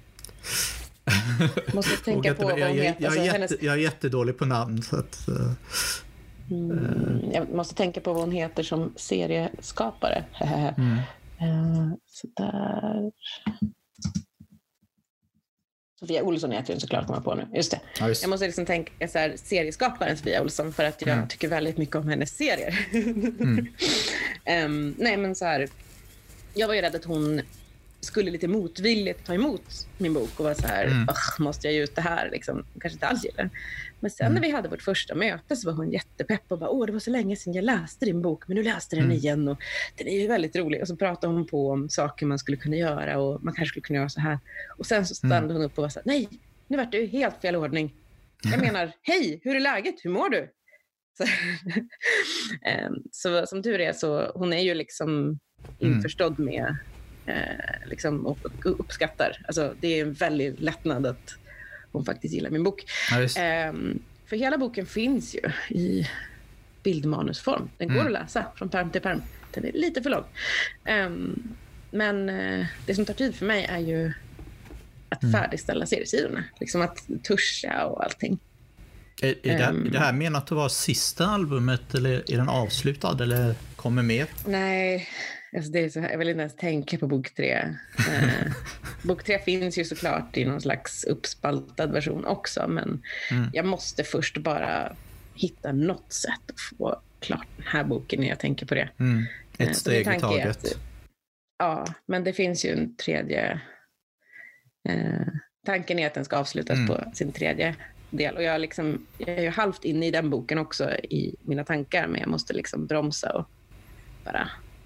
Måste tänka på vad hon jag, jag, heter. Jag, alltså, jag, hennes... jag är jättedålig på namn. Så att, uh. mm, jag måste tänka på vad hon heter som serieskapare. mm. uh, så där... Sofia Olsson heter ju såklart, kommer på nu. Just det. Ja, just. Jag måste liksom tänka så här, serieskaparen Sofia Olsson, för att jag mm. tycker väldigt mycket om hennes serier. mm. um, nej men så här, jag var ju rädd att hon skulle lite motvilligt ta emot min bok och vara så här, mm. måste jag ge ut det här liksom, kanske inte alls gillar. Men sen mm. när vi hade vårt första möte så var hon jättepepp och bara, åh det var så länge sedan jag läste din bok, men nu läste den mm. igen och den är ju väldigt rolig. Och så pratade hon på om saker man skulle kunna göra och man kanske skulle kunna göra så här. Och sen så stannade mm. hon upp och var så här, nej, nu vart det ju helt fel ordning. Jag menar, hej, hur är läget? Hur mår du? Så, så som tur är så, hon är ju liksom införstådd med eh, liksom, och, och uppskattar. Alltså det är en väldigt lättnad att hon faktiskt gillar min bok. Ja, eh, för hela boken finns ju i bildmanusform. Den går mm. att läsa från pärm till pärm. Den är lite för lång. Eh, men eh, det som tar tid för mig är ju att mm. färdigställa seriesidorna. Liksom att tuscha och allting. Är, är, det, um, är det här menat att vara sista albumet eller är den avslutad eller kommer mer? Nej, alltså det är så, jag vill inte ens tänka på bok tre. uh, bok tre finns ju såklart i någon slags uppspaltad version också, men mm. jag måste först bara hitta något sätt att få klart den här boken när jag tänker på det. Mm. Ett uh, steg i taget. Att, ja, men det finns ju en tredje... Uh, tanken är att den ska avslutas mm. på sin tredje del. Och jag, liksom, jag är ju halvt inne i den boken också i mina tankar, men jag måste liksom bromsa och bara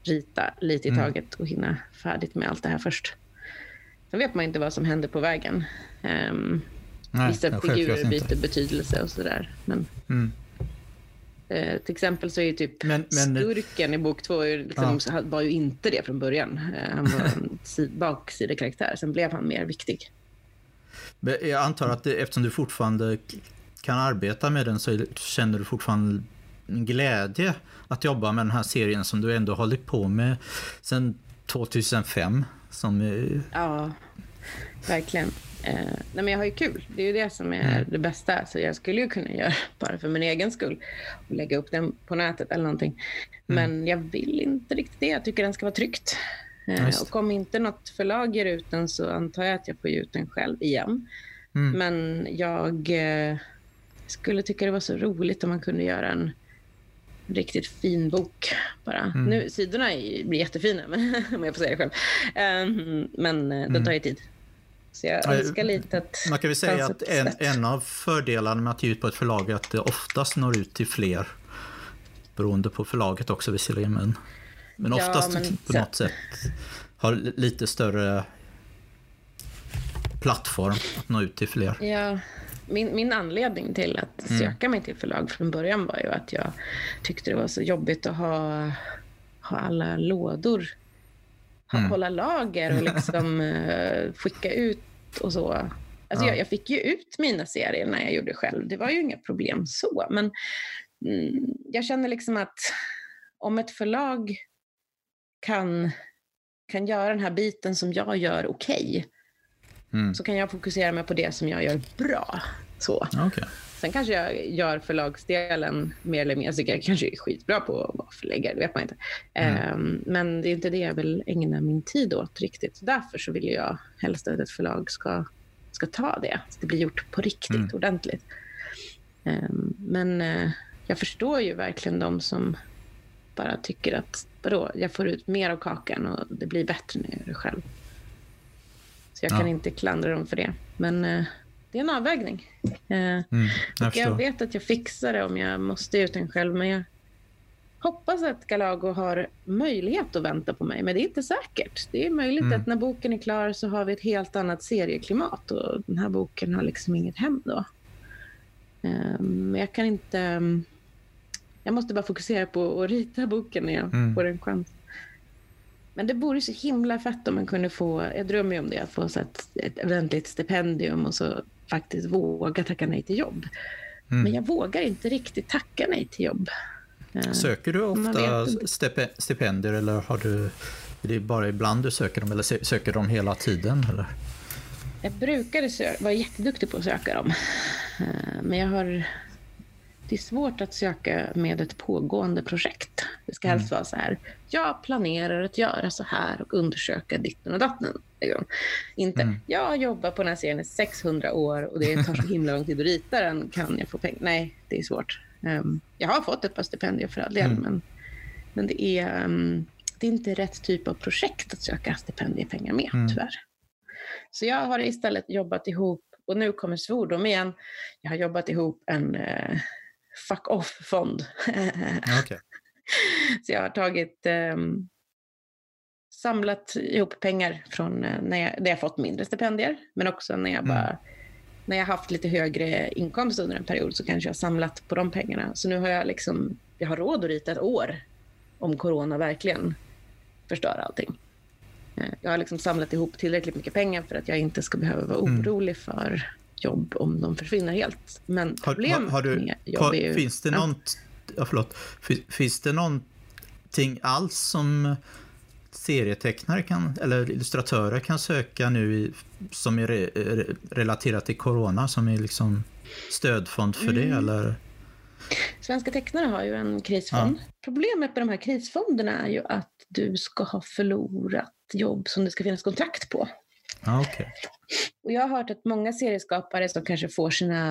rita lite i Mm. taget och hinna färdigt med allt det här först. Sen vet man inte vad som händer på vägen. Um, Nej, vissa ja, figurer självklart inte. byter betydelse och sådär. Men Mm. eh, till exempel så är ju typ Men- men- skurken i bok två är ju liksom, var ju inte det från början. Eh, han var en si- baksidekaraktär. Sen blev han mer viktig. Men jag antar att det, eftersom du fortfarande k- kan arbeta med den så känner du fortfarande en glädje att jobba med den här serien som du ändå hållit på med sedan tjugohundrafem. Som, är- Ja, verkligen. Eh, nej men jag har ju kul. Det är ju det som är Mm. det bästa. Så jag skulle ju kunna göra bara för min egen skull och lägga upp den på nätet eller någonting. Men jag vill inte riktigt det. Jag tycker den ska vara tryckt. Eh, Just. och om inte något förlag ger ut den så antar jag att jag får ge ut den själv igen. Mm. Men jag eh, skulle tycka det var så roligt om man kunde göra en riktigt fin bok bara. Mm. Nu, sidorna är, blir jättefina, men, om jag får säga det själv. Um, men eh, det tar ju tid. Så jag Ja, önskar lite att... Man kan väl säga fanns att ett en, sätt. en av fördelarna med att ge ut på ett förlag är att det oftast når ut till fler. Beroende på förlaget också visserligen. Men, men Ja, oftast men på sen- något sätt har lite större plattform att nå ut till fler. Ja, min, min anledning till att Mm. söka mig till förlag från början var ju att jag tyckte det var så jobbigt att ha, ha alla lådor. Ha, Mm. Hålla lager och liksom eh, skicka ut och så. Alltså Ja. jag, jag fick ju ut mina serier när jag gjorde själv. Det var ju inga problem så. Men mm, jag känner liksom att om ett förlag kan, kan göra den här biten som jag gör okej, Mm. så kan jag fokusera mig på det som jag gör bra. Så. Okej. Sen kanske jag gör förlagsdelen mer eller mindre. Så jag kanske är skitbra på att vara förläggare, det vet man inte. Mm. Ehm, men det är inte det jag vill ägna min tid åt riktigt. Så därför så vill jag helst att ett förlag ska, ska ta det. Så det blir gjort på riktigt, Mm. ordentligt. Ehm, men eh, jag förstår ju verkligen de som bara tycker att vadå, jag får ut mer av kakan och det blir bättre när jag gör det själv. Så jag Ja. kan inte klandra dem för det. Men eh, det är en avvägning. Eh, Mm. Jag och jag förstår. vet att jag fixar det om jag måste ut den själv. Men jag hoppas att Galago har möjlighet att vänta på mig. Men det är inte säkert. Det är möjligt Mm. att när boken är klar så har vi ett helt annat serieklimat. Och den här boken har liksom inget hem då. Eh, Men jag kan inte... Jag måste bara fokusera på att rita boken när jag Mm. får en chans. Men det vore så himla fett om man kunde få, jag drömmer ju om det, att få så ett, ett ordentligt stipendium och så faktiskt våga tacka nej till jobb. Mm. Men jag vågar inte riktigt tacka nej till jobb. Eh, Söker du Man ofta vet inte. stipe- stipendier eller har du, är det bara ibland du söker dem eller sö- söker de hela tiden? Eller? Jag brukade sö- vara jätteduktig på att söka dem. Eh, Men jag har... Det är svårt att söka med ett pågående projekt. Det ska helst vara så här. Jag planerar att göra så här och undersöka ditten och datten. Liksom. Inte, Mm. jag jobbar på den här serien i sexhundra år och det tar så himla lång tid att rita den. Kan jag få pengar? Nej, det är svårt. Um, jag har fått ett par stipendier för all del, Mm. men, men det, är, um, det är inte rätt typ av projekt att söka stipendiepengar med, Mm. tyvärr. Så jag har istället jobbat ihop, och nu kommer svordom igen, jag har jobbat ihop en uh, fuck off-fond. Okej. Så jag har tagit um, samlat ihop pengar från uh, när jag, där jag fått mindre stipendier, men också när jag Mm. bara när jag haft lite högre inkomst under en period så kanske jag har samlat på de pengarna. Så nu har jag liksom, jag har råd att rita ett år om corona verkligen förstör allting. Eh, Jag har liksom samlat ihop tillräckligt mycket pengar för att jag inte ska behöva vara Mm. orolig för jobb om de försvinner helt. Men Har, problem har, har du, med jobb har, är ju... finns det Ja. någon, ja, förlåt, Fin- finns det någonting alls som serietecknare kan, eller illustratörer kan söka nu i, som är re, re, relaterat till corona, som är liksom stödfond för det, Mm. eller? Svenska tecknare har ju en krisfond. Problemet med de här krisfonderna är ju att du ska ha förlorat jobb som det ska finnas kontrakt på. Ja, okej. Och jag har hört att många serieskapare som kanske får sina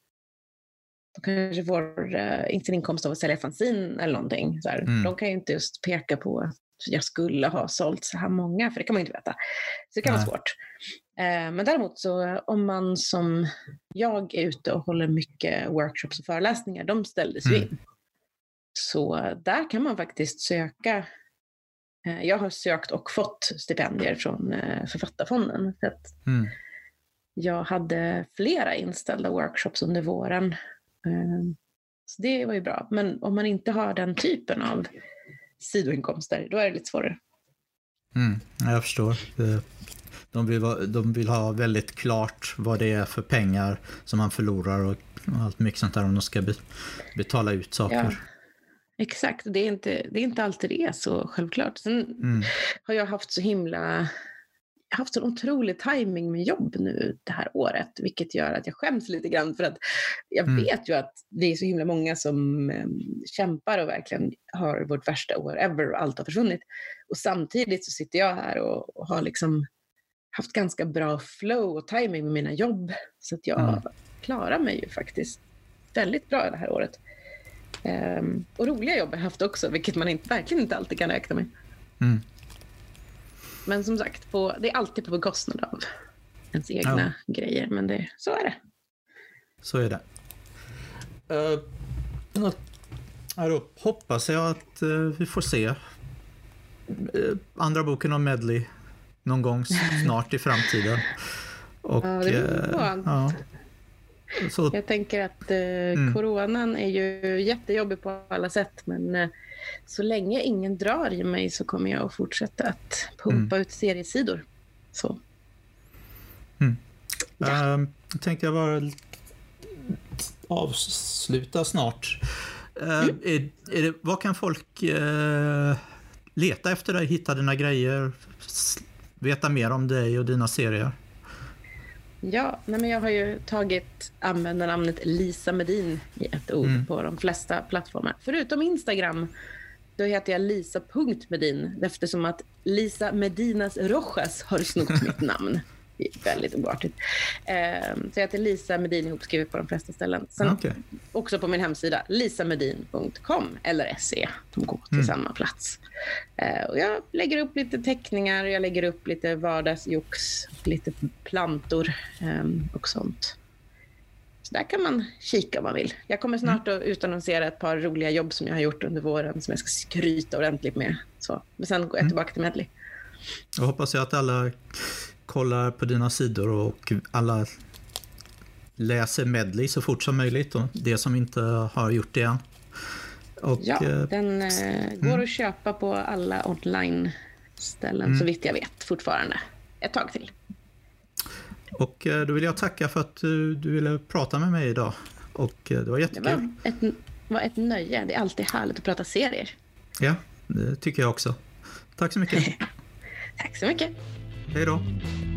de kanske får uh, sin inkomst av att sälja fanzin eller någonting. Så här. Mm. De kan ju inte just peka på att jag skulle ha sålt så här många, för det kan man inte veta. Så det kan Nej. vara svårt. Uh, men däremot så om man som jag är ute och håller mycket workshops och föreläsningar, de ställdes ju Mm. in. Så där kan man faktiskt söka Jag har sökt och fått stipendier från Författarfonden. För att mm. jag hade flera inställda workshops under våren. Så det var ju bra. Men om man inte har den typen av sidoinkomster, då är det lite svårare. Mm, jag förstår. De vill, de vill ha väldigt klart vad det är för pengar som man förlorar och allt mycket sånt där om de ska betala ut saker. Ja, exakt. Det är inte, det är inte alltid det är så självklart. Sen mm. har jag haft så himla... Jag har haft så otrolig timing med jobb nu det här året, vilket gör att jag skäms lite grann för att jag mm. vet ju att det är så himla många som eh, kämpar och verkligen har vårt värsta år ever och allt har försvunnit. Och samtidigt så sitter jag här och, och har liksom haft ganska bra flow och timing med mina jobb, så att jag mm. klarar mig ju faktiskt väldigt bra det här året. Um, och roliga jobb har jag haft också, vilket man inte, verkligen inte alltid kan räkna med. Mm. Men som sagt, på, det är alltid på bekostnad av ens egna ja. grejer. Men det, så är det. Så är det. Uh, ja, då hoppas jag att uh, vi får se uh, andra boken om Medley någon gång snart i framtiden. Och, ja, det är bra. Uh, ja. Så. Jag tänker att uh, mm. coronan är ju jättejobbig på alla sätt, men uh, så länge ingen drar i mig så kommer jag att fortsätta att pumpa mm. ut seriesidor. Så. Mm. Ja. Uh, tänkte jag bara avsluta snart. Uh, mm. är, är det, vad kan folk uh, leta efter dig, hitta dina grejer, veta mer om dig och dina serier? Ja, nej men jag har ju tagit användarnamnet Lisa Medin i ett ord mm. på de flesta plattformar. Förutom Instagram, då heter jag Lisa punkt Medin, eftersom att Lisa Medinas Rojas har snott mitt namn. Det är väldigt oartigt. Eh, så jag heter Lisa Medin ihopskrivet på de flesta ställen. Sen okay. också på min hemsida lisamedin punkt com eller se. De går till mm. samma plats. Eh, och jag lägger upp lite teckningar, jag lägger upp lite vardagsjox, lite plantor eh, och sånt. Så där kan man kika om man vill. Jag kommer snart mm. att utannonsera ett par roliga jobb som jag har gjort under våren som jag ska skryta ordentligt med. Så. Men sen går jag tillbaka mm. till Medley. Jag hoppas jag att alla kollar på dina sidor och alla läser Medley så fort som möjligt, och det som inte har gjort det än. Och, ja, den eh, går mm. att köpa på alla online-ställen mm. så vitt jag vet fortfarande. Ett tag till. Och eh, då vill jag tacka för att du, du ville prata med mig idag. Och eh, det var jättekul. Det var ett, var ett nöje. Det är alltid härligt att prata serier. Ja, det tycker jag också. Tack så mycket. Tack så mycket. Hej då.